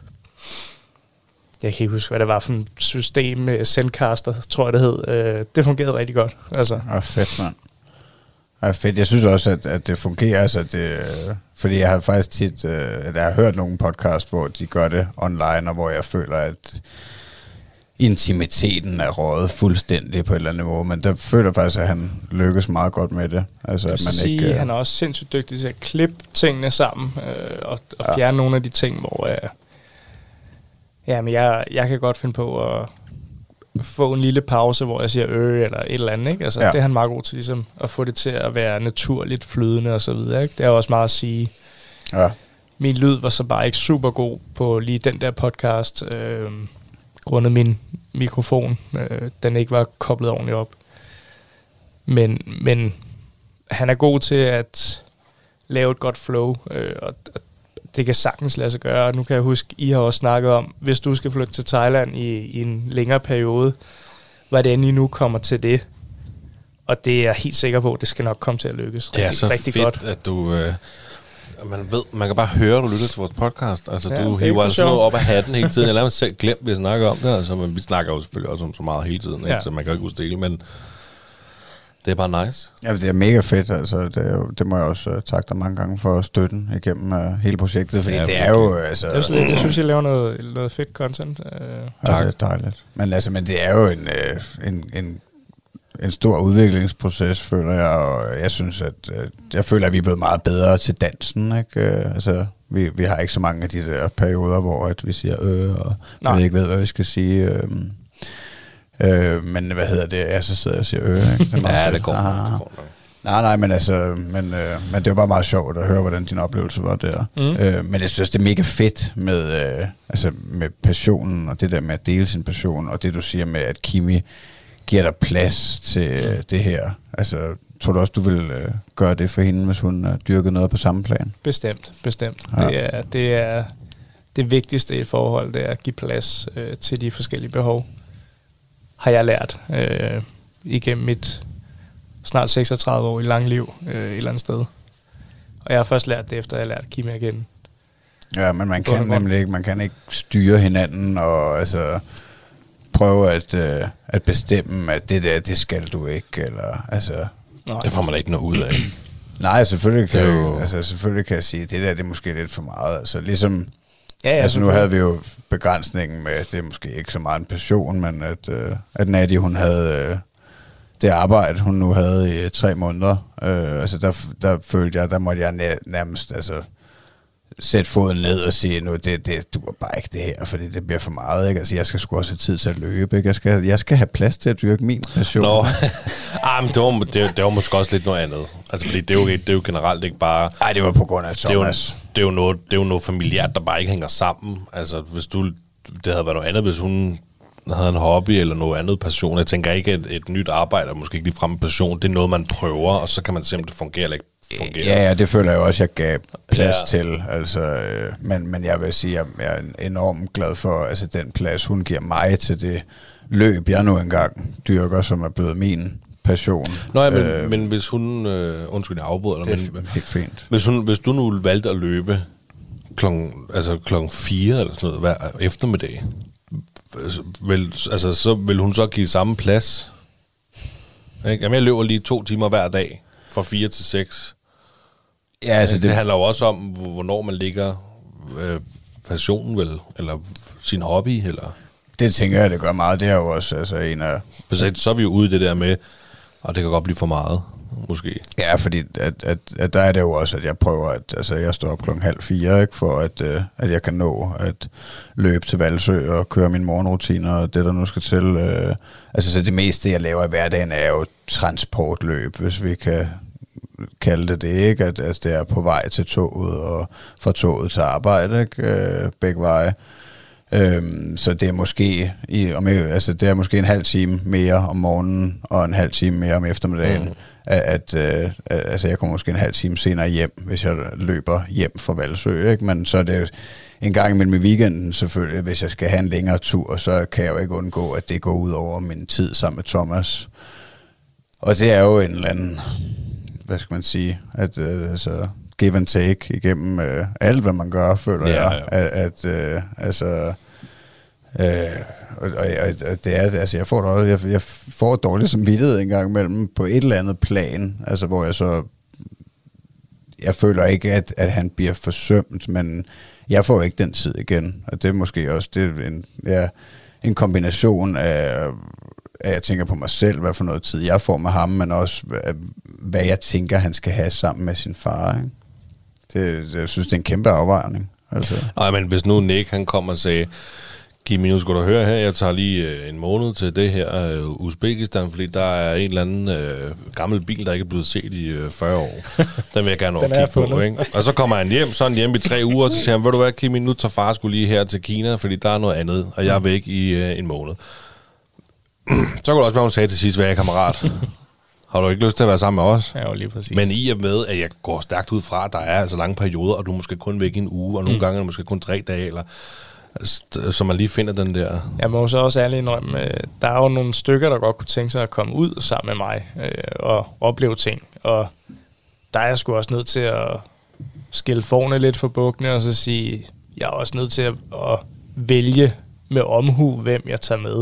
Jeg kan ikke huske, hvad det var for et system, Zencaster, tror jeg det hed. Det fungerede rigtig godt. Altså. Fedt, mand. Fedt. Jeg synes også, at det fungerer, altså fordi jeg har faktisk tit, jeg har hørt nogle podcast, hvor de gør det online, og hvor jeg føler, at intimiteten er røget fuldstændig på et eller andet niveau, men der føler jeg faktisk, at han lykkes meget godt med det. Altså, at man ikke, han er også sindssygt dygtig til at klippe tingene sammen, og fjerne nogle af de ting, hvor men jeg kan godt finde på at få en lille pause, hvor jeg siger eller et eller andet, ikke? Altså, det er han meget god til, ligesom, at få det til at være naturligt flydende og så videre, ikke? Det er også meget at sige. Ja. Min lyd var så bare ikke super god på lige den der podcast, grundet min mikrofon, den ikke var koblet ordentligt op. Men han er god til at lave et godt flow, og det kan sagtens lade sig gøre. Nu kan jeg huske, I har også snakket om, hvis du skal flytte til Thailand i en længere periode, hvordan I nu kommer til det. Og det er jeg helt sikker på, det skal nok komme til at lykkes. Det er så rigtig fedt, godt. At du... man kan bare høre, at du lytter til vores podcast. Altså, du hiver altså noget op af hatten hele tiden. Jeg lader mig selv glemme, at vi snakker om det. Altså, men vi snakker jo selvfølgelig også om så meget hele tiden, ikke? Så man kan jo ikke udstille, men det er bare nice. Ja, det er mega fedt. Altså, det må jeg også takke dig mange gange for støtten igennem hele projektet, fordi det er jo... Altså, det er så lidt, jeg synes, I laver noget fedt content. Ja, det er dejligt. Men det er jo en stor udviklingsproces, føler jeg, og jeg synes, jeg føler, at vi er blevet meget bedre til dansen, ikke? Altså, vi har ikke så mange af de der perioder, hvor at vi siger og vi ikke ved, hvad vi skal sige. Men hvad hedder det? Så sidder jeg og siger ikke? Det ja, det går. Nej, men altså, men det var bare meget sjovt at høre, hvordan din oplevelse var der. Men jeg synes, det er mega fedt med passionen, og det der med at dele sin passion, og det du siger med, at Kimi giver dig plads til det her. Altså, tror du også, du vil gøre det for hende, hvis hun dyrker noget på samme plan? Bestemt. Ja. Det er det vigtigste i et forhold, det er at give plads til de forskellige behov. Har jeg lært igennem mit snart 36 år i langt liv et eller andet sted. Og jeg har først lært det, efter jeg har lært Kimi igen. Ja, men man kan ikke styre hinanden og altså prøve at bestemme, at det der, det skal du ikke, eller altså... Det får man da ikke noget ud af. Nej, selvfølgelig kan jeg sige, at det der, det er måske lidt for meget. Altså ligesom... Ja, altså nu havde vi jo begrænsningen med, det er måske ikke så meget en passion, men at Nadia, hun havde det arbejde, hun nu havde i 3 måneder. Altså der følte jeg, der måtte jeg nærmest sætte foden ned og sige, nu det duer bare ikke det her, fordi det bliver for meget, ikke? Altså jeg skal sgu også have tid til at løbe, ikke? Jeg skal have plads til at dyrke min passion. Nå, men det var måske også lidt noget andet. Altså fordi det er jo generelt ikke bare... Nej, det var på grund af Thomas. Det er jo noget familiært, der bare ikke hænger sammen. Altså hvis det havde været noget andet, hvis hun havde en hobby eller noget andet passion. Jeg tænker ikke, at et nyt arbejde er måske ikke ligefrem en passion. Det er noget, man prøver, og så kan man simpelthen fungere eller ikke fungere. Ja, det føler jeg også, jeg gav plads til. Altså, men jeg vil sige, at jeg er enormt glad for altså, den plads, hun giver mig til det løb, jeg nu engang dyrker, som er blevet min passion. Nå ja, men hvis hun... undskyld, jeg afbryder dig. Det er helt fint. Hvis du nu valgte at løbe klokken 4 eller sådan noget hver eftermiddag, så vil hun så give samme plads? Ikke? Jamen, jeg løber lige 2 timer hver dag, fra 4 til 6. Ja, altså det handler jo også om, hvornår man ligger passionen, vel? Eller sin hobby, eller... Det tænker jeg, det gør meget. Det er jo også altså, en af... Så er vi jo ude i det der med, og det kan godt blive for meget, måske. Ja, fordi at der er det jo også, at jeg prøver, at altså, jeg står op 3:30, ikke, for at jeg kan nå at løbe til Valsø og køre mine morgenrutiner og det, der nu skal til. Altså, så det meste, jeg laver i hverdagen, er jo transportløb, hvis vi kan kalde det ikke? At altså, det er på vej til toget og fra toget til arbejde, ikke? Begge veje. Så det er måske det er måske en halv time mere om morgenen og en halv time mere om eftermiddagen. Altså jeg kommer måske en halv time senere hjem, hvis jeg løber hjem fra Valsø, ikke? Men så er det en gang imellem i weekenden selvfølgelig, hvis jeg skal have en længere tur, så kan jeg jo ikke undgå, at det går ud over min tid sammen med Thomas. Og det er jo en eller anden, hvad skal man sige, at altså give and take igennem alt, hvad man gør, føler jeg. Det er, altså jeg får dårlig samvittighed en gang imellem på et eller andet plan, altså hvor jeg føler ikke, at han bliver forsømt, men jeg får ikke den tid igen, og det er måske også en kombination af at jeg tænker på mig selv, hvad for noget tid jeg får med ham, men også hvad jeg tænker, han skal have sammen med sin far, ikke? Jeg synes, det er en kæmpe afvejning. Altså. Nej, men hvis nu Nick, han kommer og sagde, Kimi, nu skal du høre her, jeg tager lige en måned til det her Uzbekistan, fordi der er en eller anden gammel bil, der ikke er blevet set i 40 år. Den vil jeg gerne over kigge på, ikke? Og så kommer han hjem, så er han hjemme i 3 uger, og så siger han, ved du hvad, Kimi, nu tager far sgu lige her til Kina, fordi der er noget andet, og jeg er væk i en måned. Så kunne det også være, hun sagde til sidst, hvad jeg er kammerat. Har du ikke lyst til at være sammen med os? Ja, lige præcis. Men i og med, at jeg går stærkt ud fra, at der er altså lange perioder, og du er måske kun væk i en uge, og nogle gange er det måske kun 3 dage, eller så man lige finder den der. Jeg må så også ærligt indrømme, der er jo nogle stykker, der godt kunne tænke sig at komme ud sammen med mig og opleve ting. Og der er jeg sgu også nødt til at skille forne lidt for bukkene, og så sige, jeg er også nødt til at vælge med omhu, hvem jeg tager med.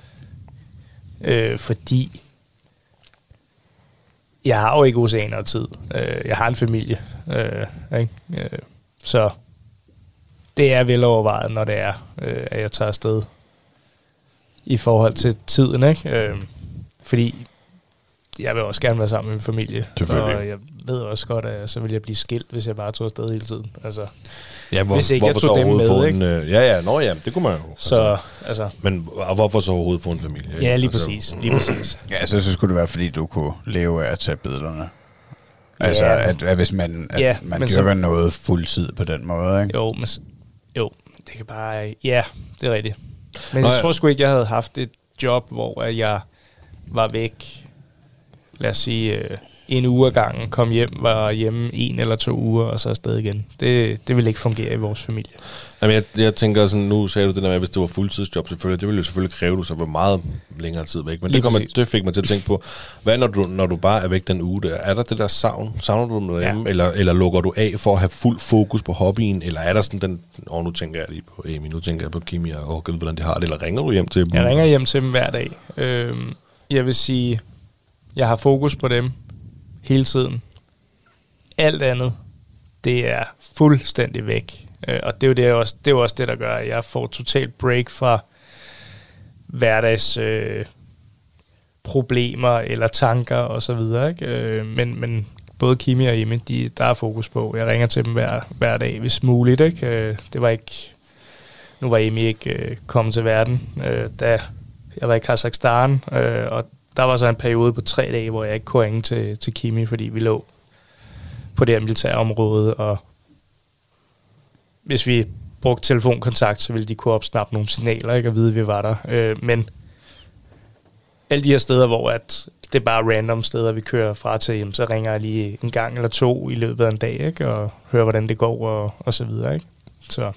Fordi jeg har jo ikke oceaner tid. Jeg har en familie. Ikke? Så det er vel overvejet, når det er, at jeg tager afsted i forhold til tiden. Ikke? Fordi jeg vil også gerne være sammen med min familie. Og jeg ved også godt, at så vil jeg blive skilt, hvis jeg bare tog afsted hele tiden. Altså, ja, hvis ikke jeg tog dem med, ikke? Det kunne man jo. Så, altså. Men hvorfor så overhovedet få en familie? Ikke? Ja, lige præcis. Ja, så skulle det være, fordi du kunne leve af at tage billederne. Altså, at hvis man dyrker noget fuldtid på den måde, ikke? Jo, det kan bare... Ja, det er rigtigt. Men jeg tror sgu ikke, jeg havde haft et job, hvor jeg var væk, lad os sige, en uge ad gangen, kom hjem, var hjemme 1 eller 2 uger, og så afsted igen. Det ville ikke fungere i vores familie. Jamen, jeg tænker sådan, nu sagde du det der med, hvis det var fuldtidsjob, selvfølgelig, det ville jo selvfølgelig kræve, du så var meget længere tid væk. Men det fik mig til at tænke på, hvad når du bare er væk den uge der? Er der det der savner du noget hjemme, eller lukker du af for at have fuld fokus på hobbyen, eller er der sådan den, nu tænker jeg lige på Amy, nu tænker jeg på Kimi, og hvordan de har det, eller ringer du hjem til dem? Jeg ringer hjem til dem hver dag. Jeg vil sige, jeg har fokus på dem hele tiden. Alt andet, det er fuldstændig væk. Og det er jo også det, der gør, at jeg får totalt break fra hverdags problemer eller tanker og så videre. Ikke? Men både Kimi og Emi, der er fokus på. Jeg ringer til dem hver dag, hvis muligt. Ikke? Nu var Emi ikke kommet til verden, da jeg var i Kazakhstan, og der var så en periode på 3 dage, hvor jeg ikke kunne ringe til Kimi, fordi vi lå på det her militære område, og hvis vi brugte telefonkontakt, så ville de kunne opsnappe nogle signaler, ikke, og vide, at vi var der. Men alle de her steder, hvor det er bare random steder, vi kører fra til, jamen, så ringer jeg lige en gang eller 2 i løbet af en dag, ikke, og hører, hvordan det går, og så videre. Ikke? Så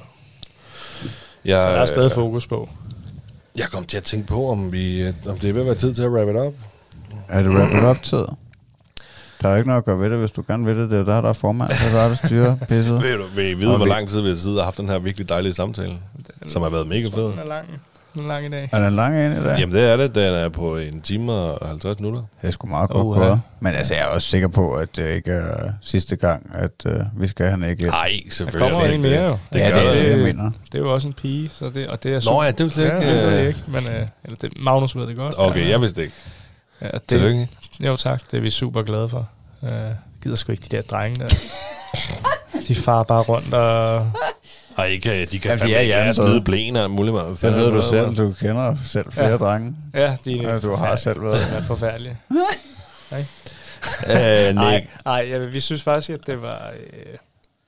der er stadig fokus på. Jeg kom til at tænke på, om det er ved at være tid til at wrap it up. Er det wrap it up tid? Der er ikke noget at gøre ved det, hvis du gerne vil det. Det er der er formand, der er der styrer pisset. Vil I vide, hvor lang tid vi har siddet og haft den her virkelig dejlige samtale, som har været mega fed? Den er lang i dag. Er den lang i dag? Jamen det er det. Den er på 1 time og 50 minutter. Det er sgu meget godt gået. Men altså, jeg er også sikker på, at det ikke er sidste gang, at vi skal have ikke. Nej, selvfølgelig. Der kommer en mere jo. Det er det, jeg mener. Det er jo også en pige, så det, og det er super. Nå ja, det er jo slet ikke. Ja, det ved jeg ikke, men Magnus ved det godt. Okay, jeg vidste ikke. Ja, det, jo tak, det er vi super glade for. Gider sgu ikke de der drenge der. De farer bare rundt og... Og de kan fandme ikke smide blæner og muligt meget. Det ved du selv, du kender selv flere drenge. Ja, du har selv været. Det er forfærdeligt. Nej, vi synes faktisk, at det var...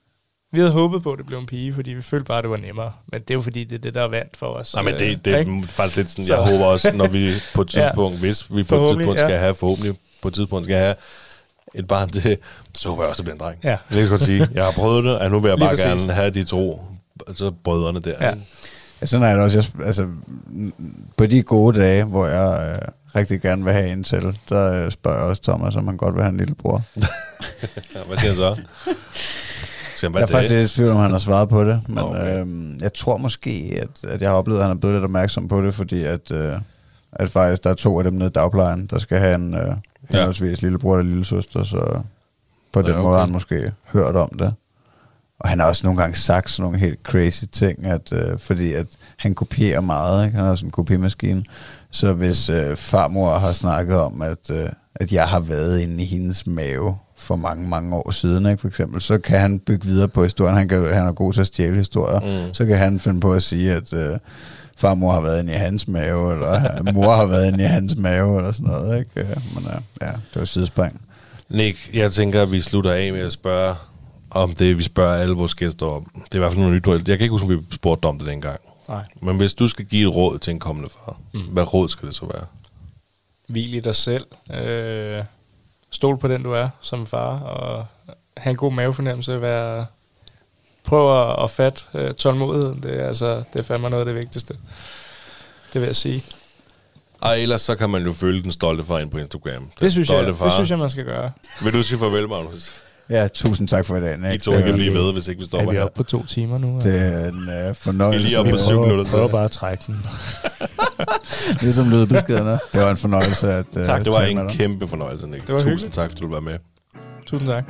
Vi havde håbet på, at det blev en pige, fordi vi følte bare, at det var nemmere. Men det er jo fordi, det er det, der er vandt for os. Nej, men det er faktisk lidt sådan, jeg håber også, når vi på et tidspunkt, hvis vi på et tidspunkt skal have, forhåbentlig på et tidspunkt skal have et barn til, så håber jeg også, det bliver en dreng. Ja. Det kan jeg godt sige. Jeg har prøvet det, og nu vil jeg bare gerne have de 2 altså brødrene der. Ja. Ja, sådan er det også. Altså, på de gode dage, hvor jeg rigtig gerne vil have en til, der spørger jeg også Thomas, om han godt vil have en lillebror. Hvad siger han så? Jeg er faktisk lidt i tvivl, om han har svaret på det, men okay. Jeg tror måske, at jeg har oplevet, at han er blevet lidt opmærksom på det, fordi at faktisk der er 2 af dem nede i dagplejen, der skal have en henholdsvis lillebror eller lillesøster, så på den måde har han måske hørt om det. Og han har også nogle gange sagt sådan nogle helt crazy ting, fordi at han kopierer meget, ikke? Han har sådan en kopimaskine. Så hvis farmor har snakket om, at jeg har været inde i hendes mave for mange, mange år siden, ikke, for eksempel, så kan han bygge videre på historien. Han er god til at stjæle historier. Så kan han finde på at sige, at farmor har været inde i hans mave, eller mor har været inde i hans mave, eller sådan noget. Ikke? Men det var sidespring. Nick, jeg tænker, at vi slutter af med at spørge om det, vi spørger alle vores gæster om. Det er i hvert fald noget nyt. Jeg kan ikke huske, om vi spurgte om det dengang. Nej. Men hvis du skal give et råd til en kommende far, hvad råd skal det så være? Hvil i dig selv. Stol på den, du er som far, og have en god mavefornemmelse. Prøv at fatte tålmodigheden. Det er fandme noget af det vigtigste. Det vil jeg sige. Og ellers så kan man jo følge den stolte far ind på Instagram. Det synes jeg, man skal gøre. Vil du sige farvel, Magnus? Ja, tusind tak for i dag, Nick. I 2 kan blive ved, hvis ikke vi stopper her. Er vi oppe på 2 timer nu? Det er en fornøjelse. Vi er lige oppe på 7 minutter. Prøv bare at trække den. Ligesom lydbeskederne. Det var en fornøjelse at tak, det var en kæmpe fornøjelse, Nick. Det var Tusind hyggeligt. tak, fordi du var med. Tusind tak.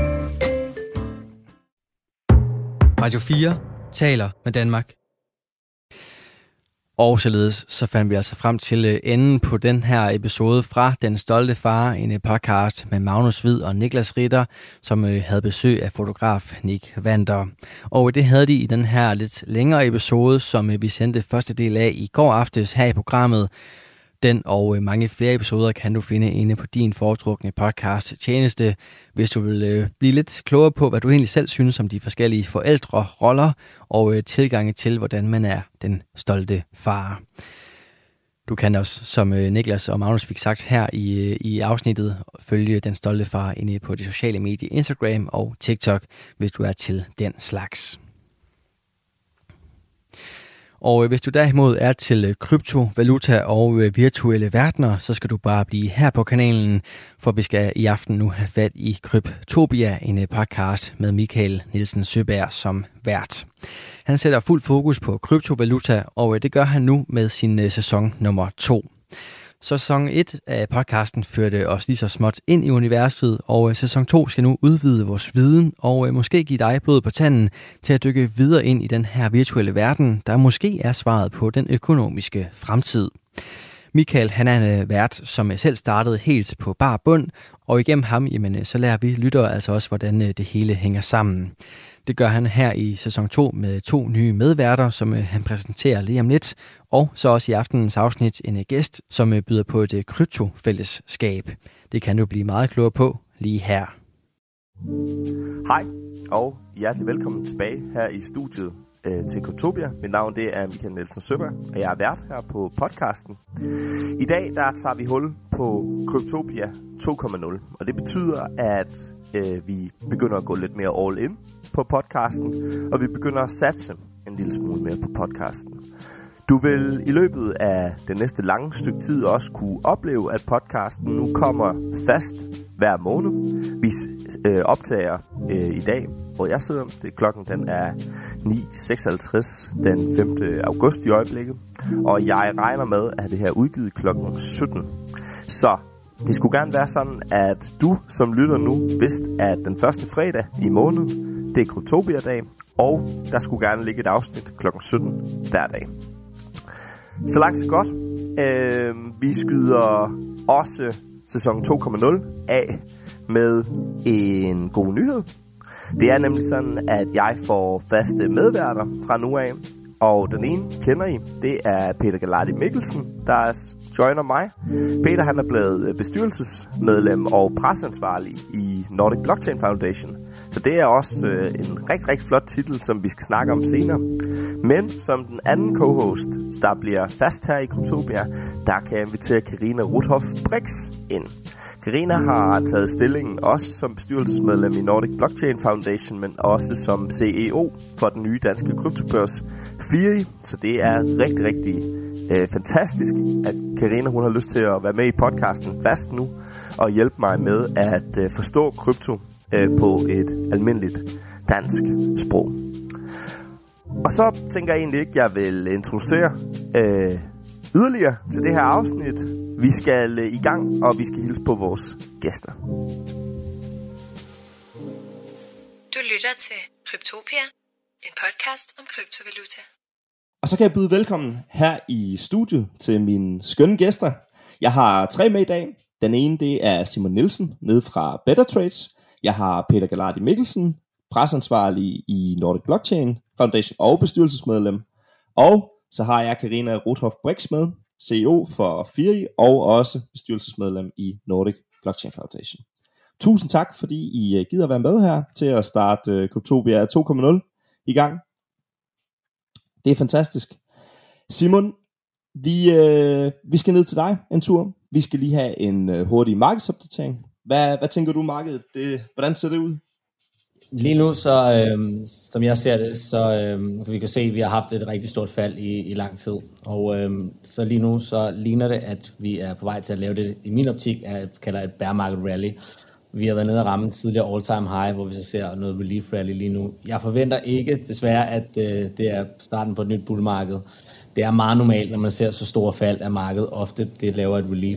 Radio 4 taler med Danmark. Og således så fandt vi altså frem til enden på den her episode fra Den Stolte Far, en podcast med Magnus Hvid og Niklas Ritter, som havde besøg af fotograf Nick Wander. Og det havde de i den her lidt længere episode, som vi sendte første del af i går aftes her i programmet. Den og mange flere episoder kan du finde inde på din foretrukne podcast tjeneste, hvis du vil blive lidt klogere på, hvad du egentlig selv synes om de forskellige forældreroller og tilgange til, hvordan man er den stolte far. Du kan også, som Niklas og Magnus fik sagt her i afsnittet, følge Den Stolte Far inde på de sociale medier Instagram og TikTok, hvis du er til den slags. Og hvis du derimod er til krypto, valuta og virtuelle verdener, så skal du bare blive her på kanalen, for vi skal i aften nu have fat i Cryptopia, en podcast med Michael Nielsen Søberg som vært. Han sætter fuld fokus på kryptovaluta, og det gør han nu med sin sæson nummer 2. Så sæson 1 af podcasten førte os lige så småt ind i universet, og sæson 2 skal nu udvide vores viden og måske give dig blod på tanden til at dykke videre ind i den her virtuelle verden, der måske er svaret på den økonomiske fremtid. Michael, han er en vært, som selv startede helt på bar bund, og igennem ham, så lærer vi lyttere altså også, hvordan det hele hænger sammen. Det gør han her i sæson 2 med 2 nye medværter, som han præsenterer lige om lidt, og så også i aftenens afsnit en gæst, som byder på et kryptofællesskab. Det kan du blive meget klogere på lige her. Hej, og hjertelig velkommen tilbage her i studiet til Cryptopia. Mit navn det er Michael Nielsen Søberg, og jeg er vært her på podcasten. I dag der tager vi hul på Cryptopia 2.0, og det betyder, at vi begynder at gå lidt mere all in på podcasten, og vi begynder at satse en lille smule mere på podcasten. Du vil i løbet af det næste lange stykke tid også kunne opleve, at podcasten nu kommer fast hver måned. Vi optager i dag, hvor jeg sidder. Klokken den er 9.56 den 5. august i øjeblikket. Og jeg regner med, at det her er udgivet klokken 17. Så det skulle gerne være sådan, at du som lytter nu vidste, at den første fredag i måneden, det er Cryptopia-dag, og der skulle gerne ligge et afsnit klokken 17 hver dag. Så langt så godt. Vi skyder også sæson 2.0 af med en god nyhed. Det er nemlig sådan, at jeg får faste medværter fra nu af, Og den ene kender I, det er Peter Gallardi Mikkelsen, der joiner mig. Peter han er blevet bestyrelsesmedlem og presansvarlig i Nordic Blockchain Foundation. Så det er også en rigtig, rigtig flot titel, som vi skal snakke om senere. Men som den anden co-host, der bliver fast her i Kryptopia, der kan jeg invitere Karina Rudhoff Brix ind. Karina har taget stillingen også som bestyrelsesmedlem i Nordic Blockchain Foundation, men også som CEO for den nye danske kryptobørs FIRI. Så det er rigtig, rigtig fantastisk, at Karina hun har lyst til at være med i podcasten fast nu og hjælpe mig med at forstå krypto på et almindeligt dansk sprog. Og så tænker jeg egentlig ikke, at jeg vil introducere yderligere til det her afsnit. Vi skal i gang, og vi skal hilse på vores gæster. Du lytter til Kryptopia, en podcast om kryptovaluta. Og så kan jeg byde velkommen her i studiet til mine skønne gæster. Jeg har 3 med i dag. Den ene, det er Simon Nielsen, nede fra Better Trades. Jeg har Peter Gallardi Mikkelsen, presansvarlig i Nordic Blockchain Foundation og bestyrelsesmedlem. Og så har jeg Karina Rudhoff Brix med, CEO for FIRI og også bestyrelsesmedlem i Nordic Blockchain Foundation. Tusind tak, fordi I gider være med her til at starte Kryptopia 2.0 i gang. Det er fantastisk. Simon, vi skal ned til dig en tur. Vi skal lige have en hurtig markedsopdatering. Hvad tænker du markedet? Hvordan ser det ud? Lige nu, så som jeg ser det, så vi kan se, at vi har haft et rigtig stort fald i lang tid. Og så lige nu, så ligner det, at vi er på vej til at lave det, i min optik, jeg kalder et bear market rally. Vi har været nede og ramme en tidligere all-time high, hvor vi så ser noget relief rally lige nu. Jeg forventer ikke, desværre, at det er starten på et nyt bullmarked. Det er meget normalt, når man ser så store fald af markedet. Ofte det laver et relief.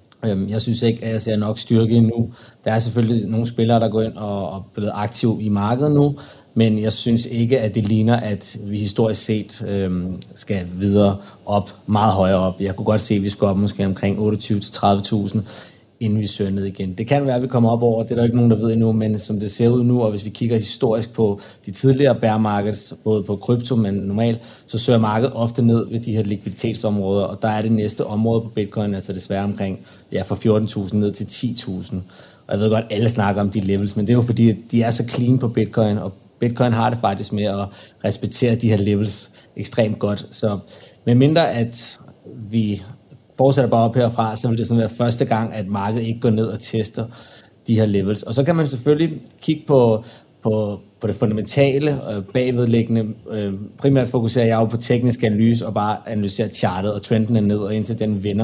Jeg synes ikke, at jeg ser nok styrke endnu. Der er selvfølgelig nogle spillere, der går ind og er blevet aktive i markedet nu, men jeg synes ikke, at det ligner, at vi historisk set skal videre op, meget højere op. Jeg kunne godt se, at vi skulle op måske omkring 28-30.000, inden vi søger ned igen. Det kan være, at vi kommer op over, det er der ikke nogen, der ved endnu, men som det ser ud nu, og hvis vi kigger historisk på de tidligere bear markets, både på krypto, men normalt, så søger markedet ofte ned ved de her likviditetsområder, og der er det næste område på Bitcoin, altså desværre omkring, fra 14.000 ned til 10.000. Og jeg ved godt, alle snakker om de levels, men det er jo fordi, at de er så clean på Bitcoin, og Bitcoin har det faktisk med at respektere de her levels ekstremt godt. Så med mindre at vi fortsætter bare op herfra, så vil det sådan være første gang, at markedet ikke går ned og tester de her levels. Og så kan man selvfølgelig kigge på det fundamentale bagvedliggende. Primært fokuserer jeg jo på teknisk analyse og bare analysere chartet, og trenden er ned, og indtil den vinder,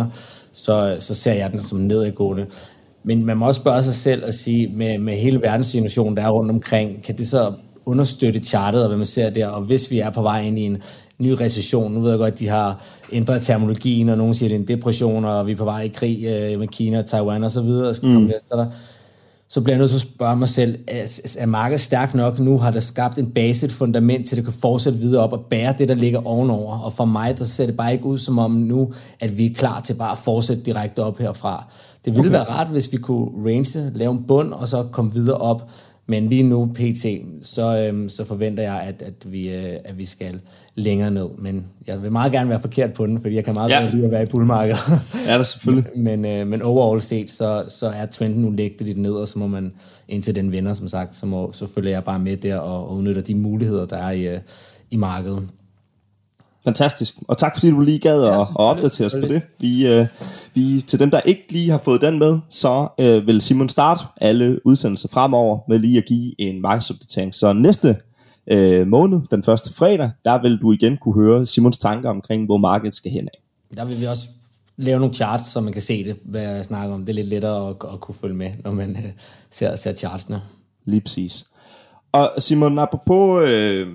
så ser jeg den som nedadgående. Men man må også spørge sig selv og sige, med hele verdenssituationen, der er rundt omkring, kan det så understøtte chartet, og hvad man ser der, og hvis vi er på vej ind i en ny recession, nu ved jeg godt, at de har ændret terminologien, og nogen siger, at det er en depression, og vi er på vej i krig med Kina, Taiwan og så videre, og skal komme efter dig, så bliver jeg nødt til at spørge mig selv, er markedet stærkt nok nu? Har der skabt en base, et fundament til, at det kan fortsætte videre op og bære det, der ligger ovenover? Og for mig, der ser det bare ikke ud som om nu, at vi er klar til bare at fortsætte direkte op herfra. Det ville være rart, hvis vi kunne range, lave en bund, og så komme videre op. Men lige nu, pt., så forventer jeg, at vi skal længere ned. Men jeg vil meget gerne være forkert på den, fordi jeg kan meget godt lide at være i bullmarkedet. Ja, det selvfølgelig. Men overall set, så er trenden nu lidt ned, og så må man, indtil den vinder, som sagt, så følger jeg bare med der og udnytter de muligheder, der er i markedet. Fantastisk. Og tak fordi du lige gad at opdatere os på det. Vi til dem, der ikke lige har fået den med, så vil Simon starte alle udsendelser fremover med lige at give en markedsopdatering. Så næste måned, den første fredag, der vil du igen kunne høre Simons tanker omkring, hvor markedet skal hen af. Der vil vi også lave nogle charts, så man kan se det, hvad jeg snakker om. Det er lidt lettere at kunne følge med, når man ser chartsene. Lige præcis. Og Simon, apropos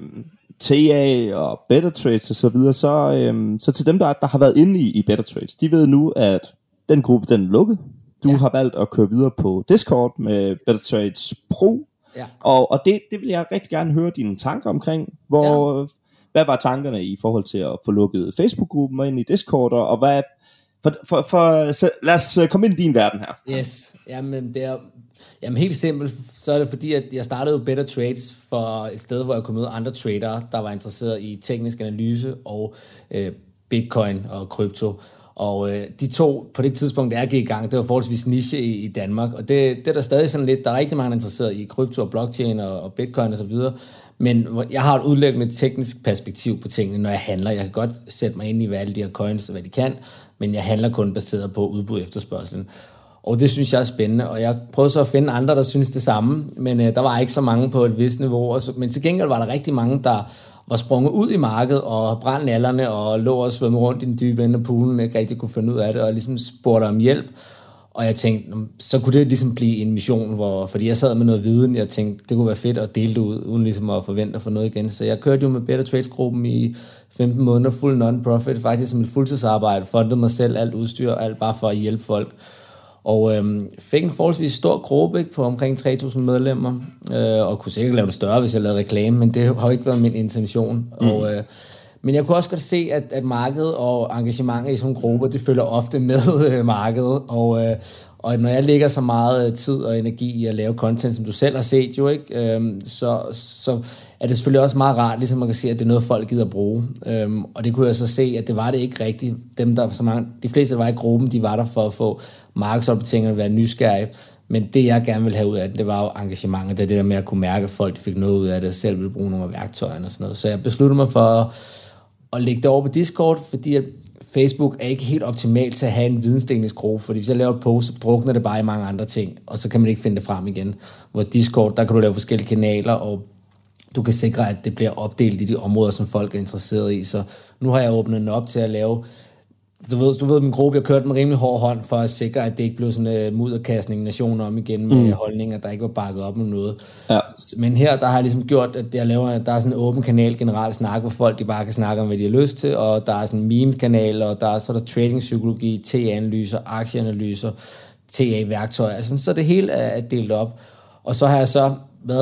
TA og Better Trades og så videre, så til dem, der har været inde i Better Trades, de ved nu, at den gruppe, den er lukket. Du har valgt at køre videre på Discord med Better Trades Pro. Ja. Og det vil jeg rigtig gerne høre dine tanker omkring. Hvad var tankerne i forhold til at få lukket Facebook-gruppen og ind i Discord, og hvad... Så lad os komme ind i din verden her. Yes, jamen det er... Jamen helt simpelt, så er det fordi, at jeg startede jo Better Trades for et sted, hvor jeg kunne møde andre tradere, der var interesseret i teknisk analyse og bitcoin og krypto. Og de to, på det tidspunkt, jeg gik i gang, det var forholdsvis niche i Danmark, og det er der stadig sådan lidt, der er rigtig mange interesseret i krypto og blockchain og bitcoin og så videre, men jeg har et udlæggende teknisk perspektiv på tingene, når jeg handler. Jeg kan godt sætte mig ind i, hvad alle de her coins og hvad de kan, men jeg handler kun baseret på udbud og efterspørgselen. Og det synes jeg er spændende, og jeg prøvede så at finde andre, der synes det samme, men der var ikke så mange på et vist niveau, men til gengæld var der rigtig mange, der var sprunget ud i markedet og brændt nallerne og lå og svømme rundt i den dybe ende af poolen, ikke rigtig kunne finde ud af det, og ligesom spurgte om hjælp. Og jeg tænkte, så kunne det ligesom blive en mission, fordi jeg sad med noget viden, jeg tænkte, det kunne være fedt at dele det ud, uden ligesom at forvente at få noget igen. Så jeg kørte jo med Better Trades-gruppen i 15 måneder, fuld non-profit, faktisk som et fuldtidsarbejde, fundede mig selv, alt udstyr, alt bare for at hjælpe folk. Og fik en forholdsvis stor gruppe, ikke, på omkring 3.000 medlemmer, og kunne sikkert lave det større, hvis jeg lavede reklame, men det har ikke været min intention. Men jeg kunne også godt se, at markedet og engagementet i sådan en gruppe, det følger ofte med markedet, og når jeg lægger så meget tid og energi i at lave content, som du selv har set jo, ikke, så er det selvfølgelig også meget rart, ligesom man kan se, at det er noget, folk gider at bruge. Og det kunne jeg så se, at det var det ikke rigtigt. De fleste, der var i gruppen, de var der for at få markedsopdateringer og være nysgerrige. Men det, jeg gerne ville have ud af det var jo engagementet. Det er det der med at kunne mærke, at folk fik noget ud af det, og selv ville bruge nogle af værktøjerne og sådan noget. Så jeg besluttede mig for at lægge det over på Discord, fordi at Facebook er ikke helt optimalt til at have en vidensdelingsgruppe, fordi hvis jeg laver et post, så drukner det bare i mange andre ting, og så kan man ikke finde det frem igen. Hvor Discord, der kan du lave forskellige kanaler, og du kan sikre, at det bliver opdelt i de områder, som folk er interesseret i. Så nu har jeg åbnet den op til at lave... Du ved min gruppe, jeg kørte med rimelig hård hånd for at sikre, at det ikke blev sådan en mudderkastning nationer om igen med holdninger, der ikke var bakket op med noget. Ja. Men her, der har jeg ligesom gjort, at der er sådan en åben kanal, generelt snak, hvor folk de bare kan snakke om, hvad de har lyst til, og der er sådan en meme-kanal, og så er der trading-psykologi, TA-analyser, aktieanalyser, TA-værktøjer, altså så det hele er delt op. Og så har jeg så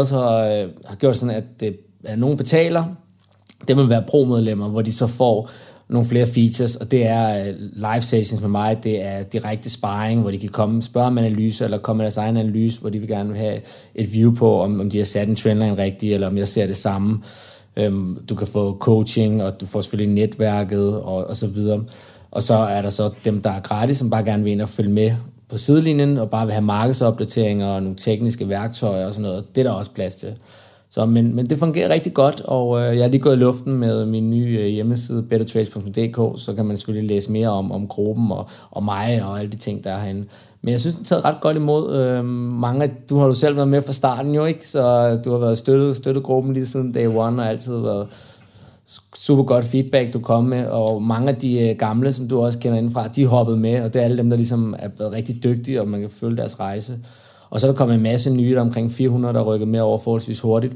har gjort sådan, at nogen betaler, det må være pro-medlemmer, hvor de så får nogle flere features, og det er live sessions med mig, det er direkte sparring, hvor de kan komme og spørge om analyse, eller komme med deres egen analyse, hvor de vil gerne have et view på, om de har sat en trendline rigtigt, eller om jeg ser det samme. Du kan få coaching, og du får selvfølgelig netværket, og så videre. Og så er der så dem, der er gratis, som bare gerne vil ind og følge med på sidelinjen, og bare vil have markedsopdateringer, og nogle tekniske værktøjer, og sådan noget. Det er der også plads til. Så, men det fungerer rigtig godt, og jeg er lige gået i luften med min nye hjemmeside, bettertrades.dk, så kan man selvfølgelig læse mere om gruppen og mig og alle de ting, der er herinde. Men jeg synes, det er taget ret godt imod. Du har jo selv været med fra starten jo, ikke? Så du har været støttet gruppen lige siden day one, og altid været super godt feedback, du kom med, og mange af de gamle, som du også kender indenfra, de hoppede med, og det er alle dem, der ligesom er blevet rigtig dygtige, og man kan følge deres rejse. Og så er der kommet en masse nye, der er omkring 400, der rykker med over forholdsvis hurtigt.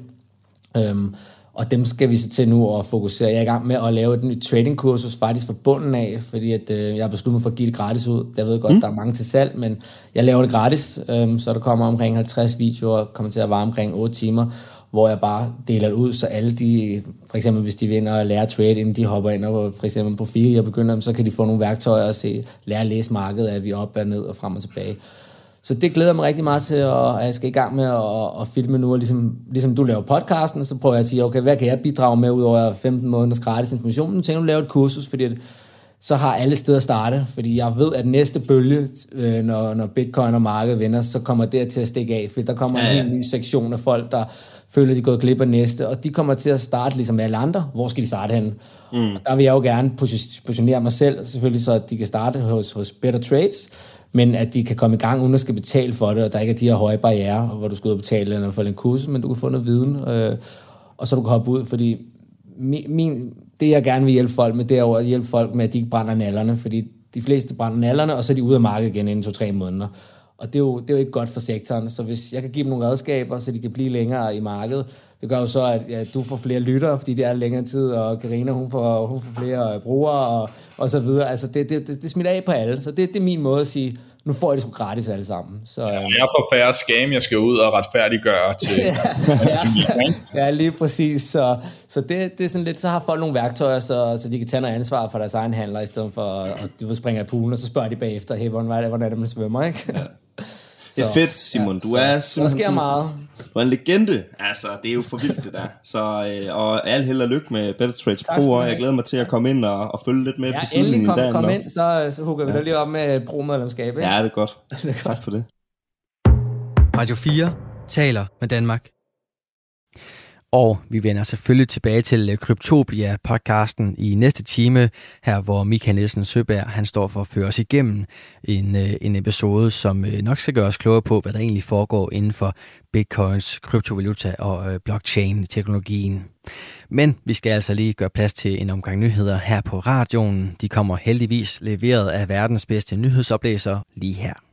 Og dem skal vi så til nu at fokusere. Jeg er i gang med at lave et nyt tradingkursus faktisk fra bunden af, fordi at, jeg har besluttet mig for at give det gratis ud. Jeg ved godt, der er mange til salg, men jeg laver det gratis. Så der kommer omkring 50 videoer, kommer til at vare omkring 8 timer, hvor jeg bare deler det ud, så alle de, for eksempel hvis de vinder at lære trade, inden de hopper ind og for eksempel en profil, jeg begynder, så kan de få nogle værktøjer og lære at læse markedet, at vi er op og ned og frem og tilbage. Så det glæder mig rigtig meget til, at jeg skal i gang med at filme nu, og ligesom du laver podcasten, så prøver jeg at sige, okay, hvad kan jeg bidrage med, ud over 15 måneders gratis information? Nu tænker du at lave et kursus, fordi så har alle steder at starte, fordi jeg ved, at næste bølge, når bitcoin og markedet vender, så kommer det til at stikke af, fordi der kommer en helt ny sektion af folk, der føler, at de er gået glip af næste, og de kommer til at starte ligesom alle andre. Hvor skal de starte henne? Der vil jeg jo gerne positionere mig selv, selvfølgelig så, at de kan starte hos Better Trades, men at de kan komme i gang, uden at skal betale for det, og der ikke er de her høje barrierer, hvor du skal ud og betale eller få en kursus, men du kan få noget viden, og så du kan hoppe ud, fordi det jeg gerne vil hjælpe folk med, det er jo at hjælpe folk med, at de ikke brænder nallerne, fordi de fleste brænder nallerne, og så er de ude af markedet igen inden 2-3 måneder. Og det er jo ikke godt for sektoren, så hvis jeg kan give dem nogle redskaber, så de kan blive længere i markedet, det gør jo så, at du får flere lyttere, fordi det er længere tid, og Karina, hun får flere brugere, og så videre. Altså, det smitter af på alle, så det er min måde at sige, nu får jeg det sgu gratis alle sammen. Så, jeg får færre scam, jeg skal ud og retfærdiggøre til... ja, lige præcis. Så det er sådan lidt, så har folk nogle værktøjer, så de kan tage noget ansvar for deres egen handler, i stedet for at de vil springe af poolen, og så spørger de bagefter, hey, hvordan er det, man svømmer, ikke? Ja. Det er fedt, Simon. Du er simpelthen der sker meget. Du er en legende. Altså, det er jo for vildt, det der. Så, og al held og lykke med Better Trades Pro, og jeg glæder mig til at komme ind og følge lidt med på siden i dag. Kom ind, så hugger vi da lige op med pro-medlemskab. Ja, det er godt. Tak for det. Radio 4 taler med Danmark. Og vi vender selvfølgelig tilbage til Cryptopia-podcasten i næste time, her hvor Michael Nielsen Søberg, han står for at føre os igennem en episode, som nok skal gøre os klogere på, hvad der egentlig foregår inden for bitcoins, kryptovaluta og blockchain-teknologien. Men vi skal altså lige gøre plads til en omgang nyheder her på radioen. De kommer heldigvis leveret af verdens bedste nyhedsoplæsere lige her.